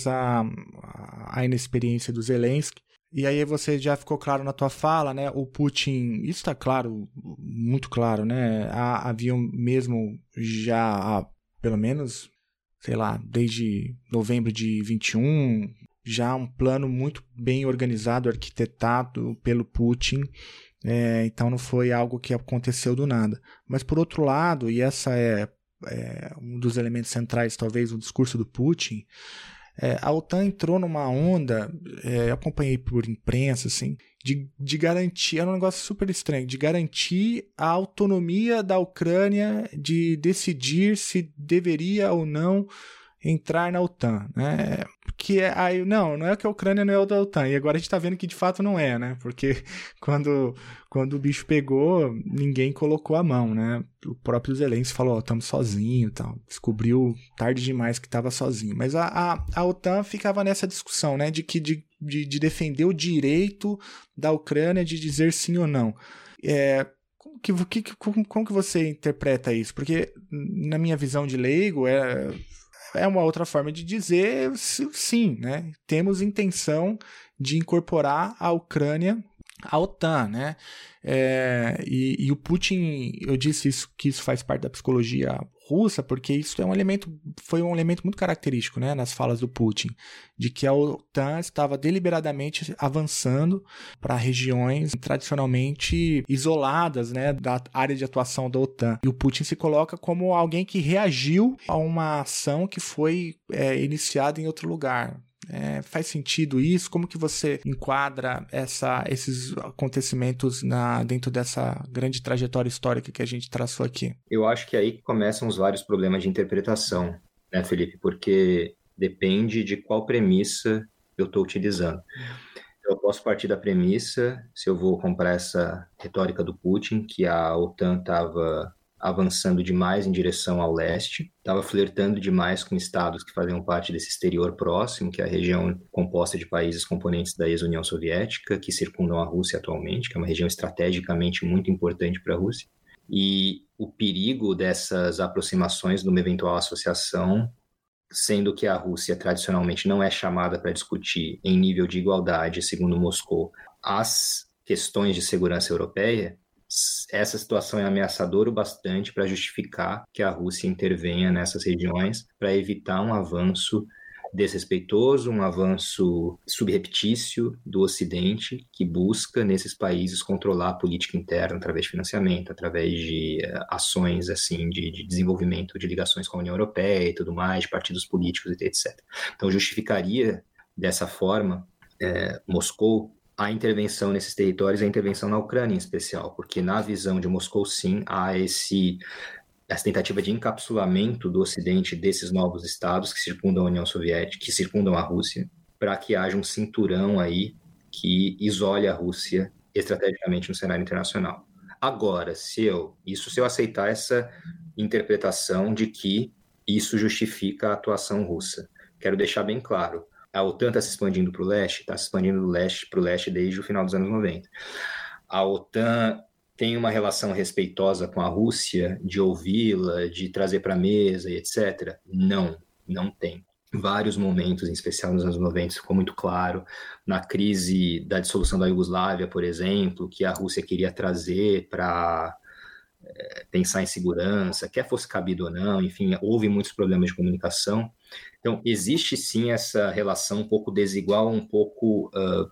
a inexperiência do Zelensky. E aí você já ficou claro na tua fala, né? O Putin, isso está claro, muito claro, né? Havia mesmo já, pelo menos, sei lá, desde novembro de 21, já um plano muito bem organizado, arquitetado pelo Putin. Então não foi algo que aconteceu do nada. Mas por outro lado, e essa é um dos elementos centrais, talvez, do discurso do Putin, a OTAN entrou numa onda, eu acompanhei por imprensa, assim, de garantir, é um negócio super estranho, de garantir a autonomia da Ucrânia de decidir se deveria ou não entrar na OTAN, né? Porque aí, não é que a Ucrânia não é da OTAN, e agora a gente tá vendo que de fato não é, né? Porque quando o bicho pegou, ninguém colocou a mão, né? O próprio Zelensky falou, estamos sozinhos e tal. Descobriu tarde demais que estava sozinho. Mas a OTAN ficava nessa discussão, né? De defender o direito da Ucrânia de dizer sim ou não. Como que você interpreta isso? Porque, na minha visão de leigo, é uma outra forma de dizer sim, né? Temos intenção de incorporar a Ucrânia a OTAN, né? E o Putin, eu disse isso, que isso faz parte da psicologia russa, porque isso foi um elemento muito característico, né, nas falas do Putin, de que a OTAN estava deliberadamente avançando para regiões tradicionalmente isoladas, né, da área de atuação da OTAN. E o Putin se coloca como alguém que reagiu a uma ação que foi iniciada em outro lugar. Faz sentido isso? Como que você enquadra esses acontecimentos dentro dessa grande trajetória histórica que a gente traçou aqui?
Eu acho que aí que começam os vários problemas de interpretação, né, Felipe? Porque depende de qual premissa eu estou utilizando. Eu posso partir da premissa, se eu vou comprar essa retórica do Putin, que a OTAN estava avançando demais em direção ao leste, estava flertando demais com estados que faziam parte desse exterior próximo, que é a região composta de países componentes da ex-União Soviética, que circundam a Rússia atualmente, que é uma região estrategicamente muito importante para a Rússia. E o perigo dessas aproximações numa eventual associação, sendo que a Rússia tradicionalmente não é chamada para discutir em nível de igualdade, segundo Moscou, as questões de segurança europeia, essa situação é ameaçadora o bastante para justificar que a Rússia intervenha nessas regiões para evitar um avanço desrespeitoso, um avanço subreptício do Ocidente que busca nesses países controlar a política interna através de financiamento, através de ações assim de desenvolvimento de ligações com a União Europeia e tudo mais, de partidos políticos e etc. Então justificaria dessa forma Moscou a intervenção nesses territórios, a intervenção na Ucrânia em especial, porque na visão de Moscou, sim, há essa tentativa de encapsulamento do Ocidente desses novos estados que circundam a União Soviética, que circundam a Rússia, para que haja um cinturão aí que isole a Rússia estrategicamente no cenário internacional. Agora, se eu aceitar essa interpretação de que isso justifica a atuação russa, quero deixar bem claro, a OTAN está se expandindo para o leste? Está se expandindo do leste para o leste desde o final dos anos 90. A OTAN tem uma relação respeitosa com a Rússia, de ouvi-la, de trazer para a mesa e etc? Não tem. Vários momentos, em especial nos anos 90, ficou muito claro. Na crise da dissolução da Iugoslávia, por exemplo, que a Rússia queria trazer para pensar em segurança, quer fosse cabido ou não, enfim, houve muitos problemas de comunicação. Então, existe sim essa relação um pouco desigual, um pouco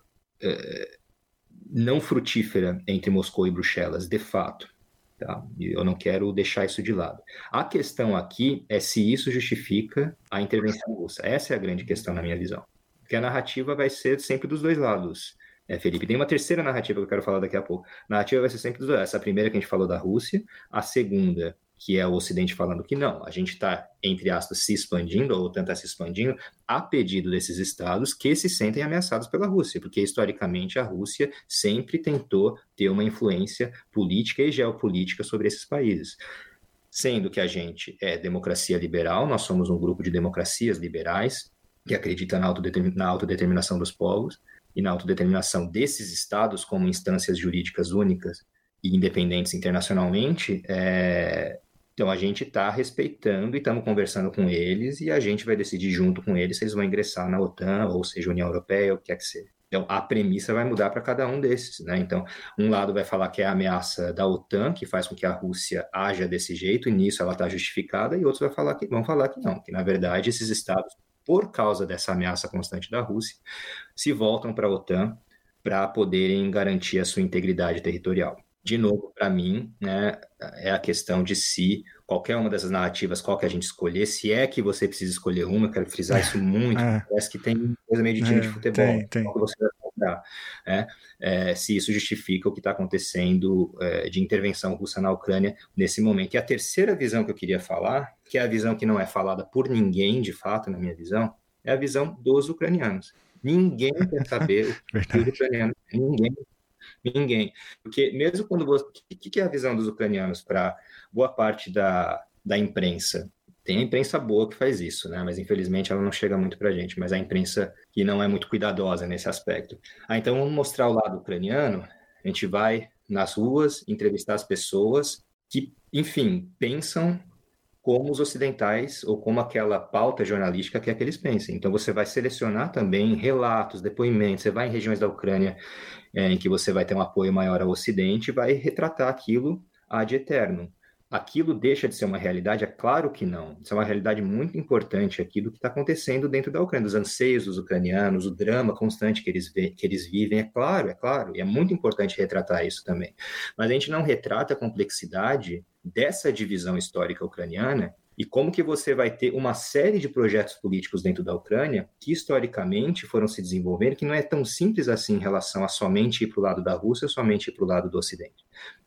não frutífera entre Moscou e Bruxelas, de fato. Tá? Eu não quero deixar isso de lado. A questão aqui é se isso justifica a intervenção russa. Essa é a grande questão na minha visão. Porque a narrativa vai ser sempre dos dois lados. Felipe, tem uma terceira narrativa que eu quero falar daqui a pouco. A narrativa vai ser sempre dos dois lados. Essa primeira que a gente falou da Rússia, a segunda, que é o Ocidente falando que não, a gente está, entre aspas, se expandindo, ou OTAN está se expandindo, a pedido desses estados que se sentem ameaçados pela Rússia, porque historicamente a Rússia sempre tentou ter uma influência política e geopolítica sobre esses países. Sendo que a gente é democracia liberal, nós somos um grupo de democracias liberais que acredita na autodeterminação dos povos e na autodeterminação desses estados como instâncias jurídicas únicas e independentes internacionalmente. Então, a gente está respeitando e estamos conversando com eles e a gente vai decidir junto com eles se eles vão ingressar na OTAN, ou seja, União Europeia, ou o que quer que seja. Então, a premissa vai mudar para cada um desses, né? Então, um lado vai falar que é a ameaça da OTAN, que faz com que a Rússia haja desse jeito, e nisso ela está justificada, e outros vão falar que não, que na verdade esses estados, por causa dessa ameaça constante da Rússia, se voltam para a OTAN para poderem garantir a sua integridade territorial. De novo, para mim, né, é a questão de se qualquer uma dessas narrativas, qual que a gente escolher, se é que você precisa escolher uma, eu quero frisar isso muito, parece que tem coisa meio de time de futebol, tem. Qual que você vai comprar, se isso justifica o que está acontecendo de intervenção russa na Ucrânia nesse momento. E a terceira visão que eu queria falar, que é a visão que não é falada por ninguém, de fato, na minha visão, é a visão dos ucranianos. Ninguém quer saber o que os ucranianos... Ninguém. Porque mesmo quando você... O que é a visão dos ucranianos para boa parte da imprensa? Tem a imprensa boa que faz isso, né? Mas infelizmente ela não chega muito para a gente, mas a imprensa que não é muito cuidadosa nesse aspecto. Então vamos mostrar o lado ucraniano, a gente vai nas ruas entrevistar as pessoas que, enfim, pensam como os ocidentais ou como aquela pauta jornalística quer que eles pensem. Então, você vai selecionar também relatos, depoimentos, você vai em regiões da Ucrânia em que você vai ter um apoio maior ao Ocidente e vai retratar aquilo ad eternum. Aquilo deixa de ser uma realidade? É claro que não. Isso é uma realidade muito importante aqui do que está acontecendo dentro da Ucrânia, dos anseios dos ucranianos, o drama constante que eles vivem. É claro, e é muito importante retratar isso também. Mas a gente não retrata a complexidade dessa divisão histórica ucraniana e como que você vai ter uma série de projetos políticos dentro da Ucrânia que historicamente foram se desenvolvendo, que não é tão simples assim em relação a somente ir para o lado da Rússia, somente ir para o lado do Ocidente.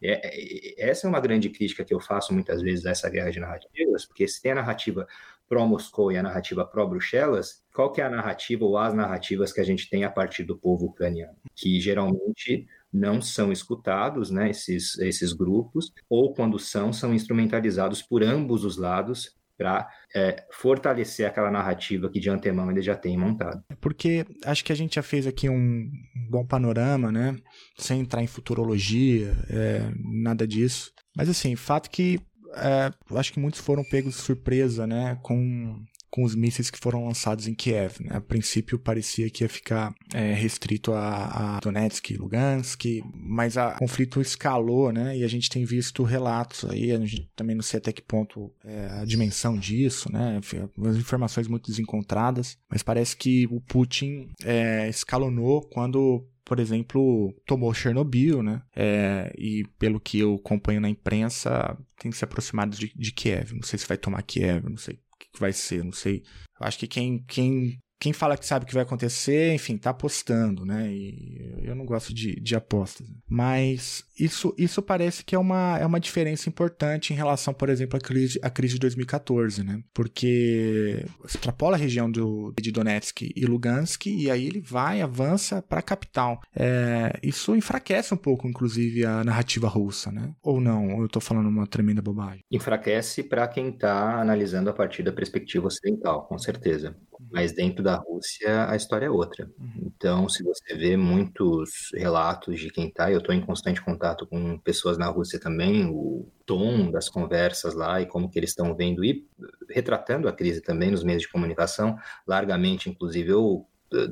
Essa é uma grande crítica que eu faço muitas vezes a essa guerra de narrativas, porque se tem a narrativa pró-Moscou e a narrativa pró-Bruxelas, qual que é a narrativa ou as narrativas que a gente tem a partir do povo ucraniano? Que geralmente não são escutados, né, esses grupos, ou quando são instrumentalizados por ambos os lados para fortalecer aquela narrativa que de antemão ele já tem montado.
Porque acho que a gente já fez aqui um bom panorama, né, sem entrar em futurologia, nada disso. Mas assim, fato que eu acho que muitos foram pegos de surpresa, né, com os mísseis que foram lançados em Kiev, né? A princípio parecia que ia ficar restrito a Donetsk e Lugansk, mas o conflito escalou, né? E a gente tem visto relatos aí, a gente também não sei até que ponto a dimensão disso, né? As informações muito desencontradas, mas parece que o Putin escalonou quando, por exemplo, tomou Chernobyl, né? E pelo que eu acompanho na imprensa, tem se aproximado de Kiev. Não sei se vai tomar Kiev, não sei o que vai ser, não sei. Eu acho que quem fala que sabe o que vai acontecer, enfim, tá apostando, né? E eu não gosto de apostas. Mas isso parece que é uma diferença importante em relação, por exemplo, à crise de 2014, né? Porque extrapola a região de Donetsk e Lugansk e aí ele avança para a capital. Isso enfraquece um pouco, inclusive, a narrativa russa, né? Ou não? Ou eu tô falando uma tremenda bobagem?
Enfraquece para quem está analisando a partir da perspectiva ocidental, com certeza. Mas dentro da Rússia a história é outra. Então, se você vê muitos relatos de quem está, eu estou em constante contato com pessoas na Rússia também, o tom das conversas lá e como que eles estão vendo e retratando a crise também nos meios de comunicação, largamente, inclusive, ou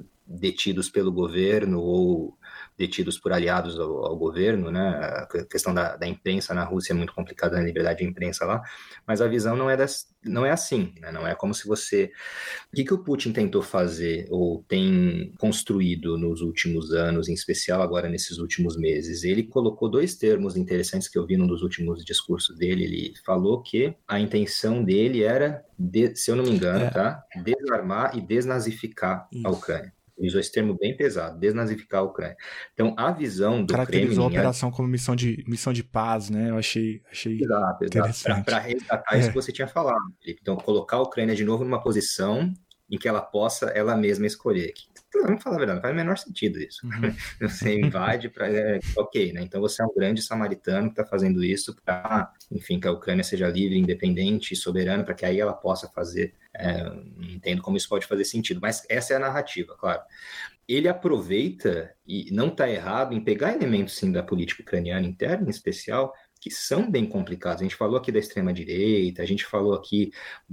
detidos pelo governo ou detidos por aliados ao governo, né? A questão da imprensa na Rússia é muito complicada, na liberdade de imprensa lá, mas a visão não é assim, né? Não é como se você... O que o Putin tentou fazer ou tem construído nos últimos anos, em especial agora nesses últimos meses? Ele colocou dois termos interessantes que eu vi num dos últimos discursos dele. Ele falou que a intenção dele era, se eu não me engano, tá? Desarmar e desnazificar a Ucrânia. Usou esse termo bem pesado, desnazificar a Ucrânia. Então, a visão do Kremlin...
Caracterizou a operação como missão de paz, né? Eu achei interessante.
Para resgatar isso que você tinha falado, Felipe. Então, colocar a Ucrânia de novo numa posição em que ela possa ela mesma escolher. Vamos falar a verdade, não faz o menor sentido isso. Você invade para... ok, né? Então você é um grande samaritano que está fazendo isso para, enfim, que a Ucrânia seja livre, independente e soberana, para que aí ela possa fazer... entendo como isso pode fazer sentido, mas essa é a narrativa, claro. Ele aproveita, e não está errado, em pegar elementos, sim, da política ucraniana interna, em especial, que são bem complicados. A gente falou aqui da extrema-direita, a gente falou aqui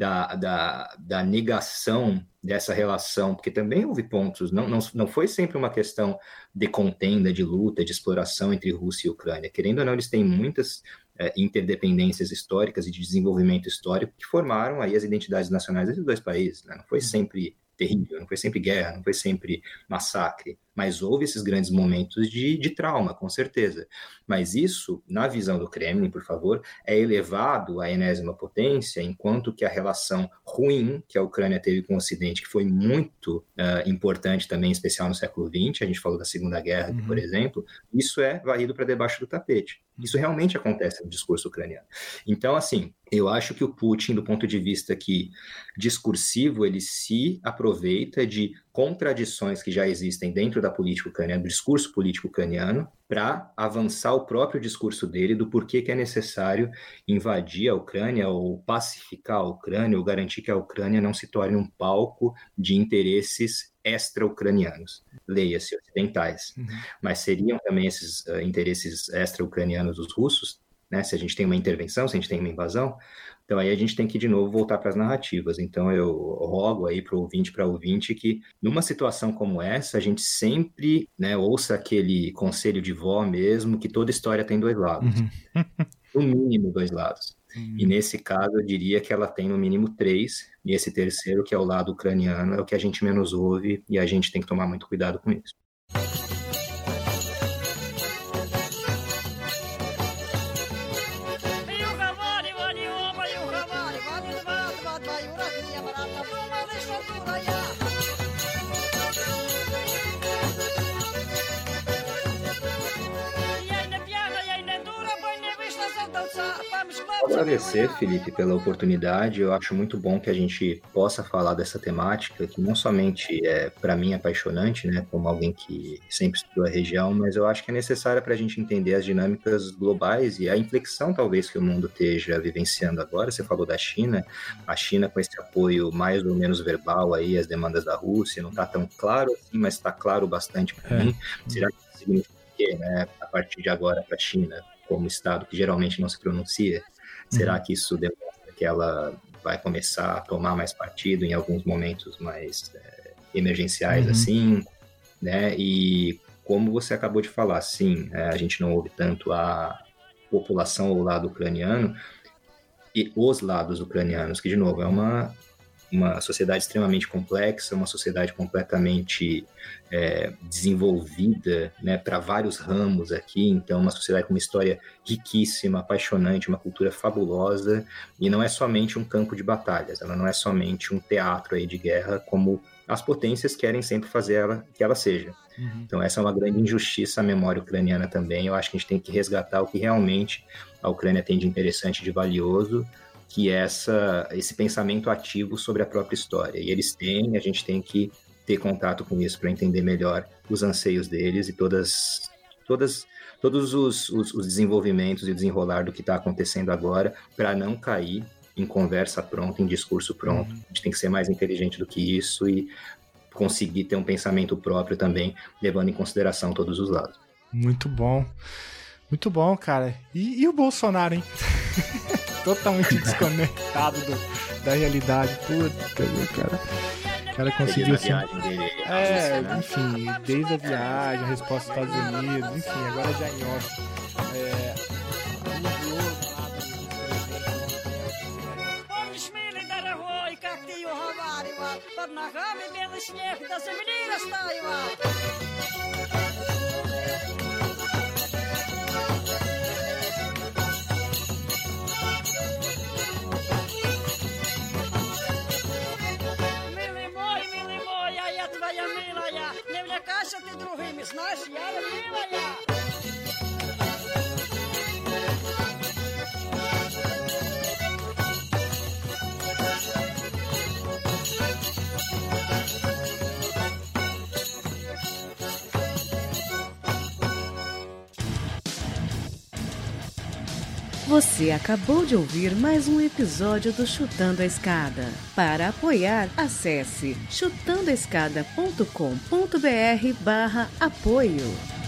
da negação dessa relação, porque também houve pontos, não foi sempre uma questão de contenda, de luta, de exploração entre Rússia e Ucrânia. Querendo ou não, eles têm muitas interdependências históricas e de desenvolvimento histórico que formaram aí as identidades nacionais desses dois países, né? Não foi sempre terrível, não foi sempre guerra, não foi sempre massacre, mas houve esses grandes momentos de trauma, com certeza. Mas isso, na visão do Kremlin, por favor, é elevado à enésima potência, enquanto que a relação ruim que a Ucrânia teve com o Ocidente, que foi muito importante também, em especial no século XX, a gente falou da Segunda Guerra, por exemplo, isso é varrido para debaixo do tapete. Isso realmente acontece no discurso ucraniano. Então, assim, eu acho que o Putin, do ponto de vista aqui discursivo, ele se aproveita de contradições que já existem dentro da política ucraniana, do discurso político ucraniano, para avançar o próprio discurso dele do porquê que é necessário invadir a Ucrânia ou pacificar a Ucrânia ou garantir que a Ucrânia não se torne um palco de interesses extra-ucranianos, leia-se ocidentais, mas seriam também esses interesses extra-ucranianos dos russos, né? Se a gente tem uma intervenção, se a gente tem uma invasão, então aí a gente tem que de novo voltar para as narrativas. Então eu rogo aí para o ouvinte que numa situação como essa, a gente sempre, né, ouça aquele conselho de vó mesmo, que toda história tem dois lados. No mínimo 2 lados. E nesse caso eu diria que ela tem no mínimo 3, e esse terceiro, que é o lado ucraniano, é o que a gente menos ouve, e a gente tem que tomar muito cuidado com isso. Agradecer, Felipe, pela oportunidade. Eu acho muito bom que a gente possa falar dessa temática, que não somente para mim, apaixonante, né, como alguém que sempre estudou a região, mas eu acho que é necessária para a gente entender as dinâmicas globais e a inflexão, talvez, que o mundo esteja vivenciando agora. Você falou da China, a China com esse apoio mais ou menos verbal aí às demandas da Rússia, não está tão claro assim, mas está claro bastante para mim. Será que isso significa que, né, a partir de agora para a China, como Estado que geralmente não se pronuncia, será que isso demonstra que ela vai começar a tomar mais partido em alguns momentos mais emergenciais, assim, né? E como você acabou de falar, sim, a gente não ouve tanto a população ao lado ucraniano e os lados ucranianos, que, de novo, é uma sociedade extremamente complexa, uma sociedade completamente desenvolvida, né, para vários ramos aqui. Então, uma sociedade com uma história riquíssima, apaixonante, uma cultura fabulosa, e não é somente um campo de batalhas, ela não é somente um teatro aí de guerra, como as potências querem sempre fazer que ela seja. Então, essa é uma grande injustiça à memória ucraniana também. Eu acho que a gente tem que resgatar o que realmente a Ucrânia tem de interessante, de valioso, que é esse pensamento ativo sobre a própria história. E eles têm, a gente tem que ter contato com isso para entender melhor os anseios deles e todos os desenvolvimentos e o desenrolar do que está acontecendo agora, para não cair em conversa pronta, em discurso pronto. A gente tem que ser mais inteligente do que isso e conseguir ter um pensamento próprio também, levando em consideração todos os lados.
Muito bom, cara. E o Bolsonaro, hein? Totalmente desconectado da realidade. Puta, cara. O cara conseguiu assim. Enfim, desde a viagem, a resposta dos Estados Unidos, enfim, agora já em off.
Ти другими, знаєш, я любила я.
Você acabou de ouvir mais um episódio do Chutando a Escada. Para apoiar, acesse chutandoaescada.com.br/apoio.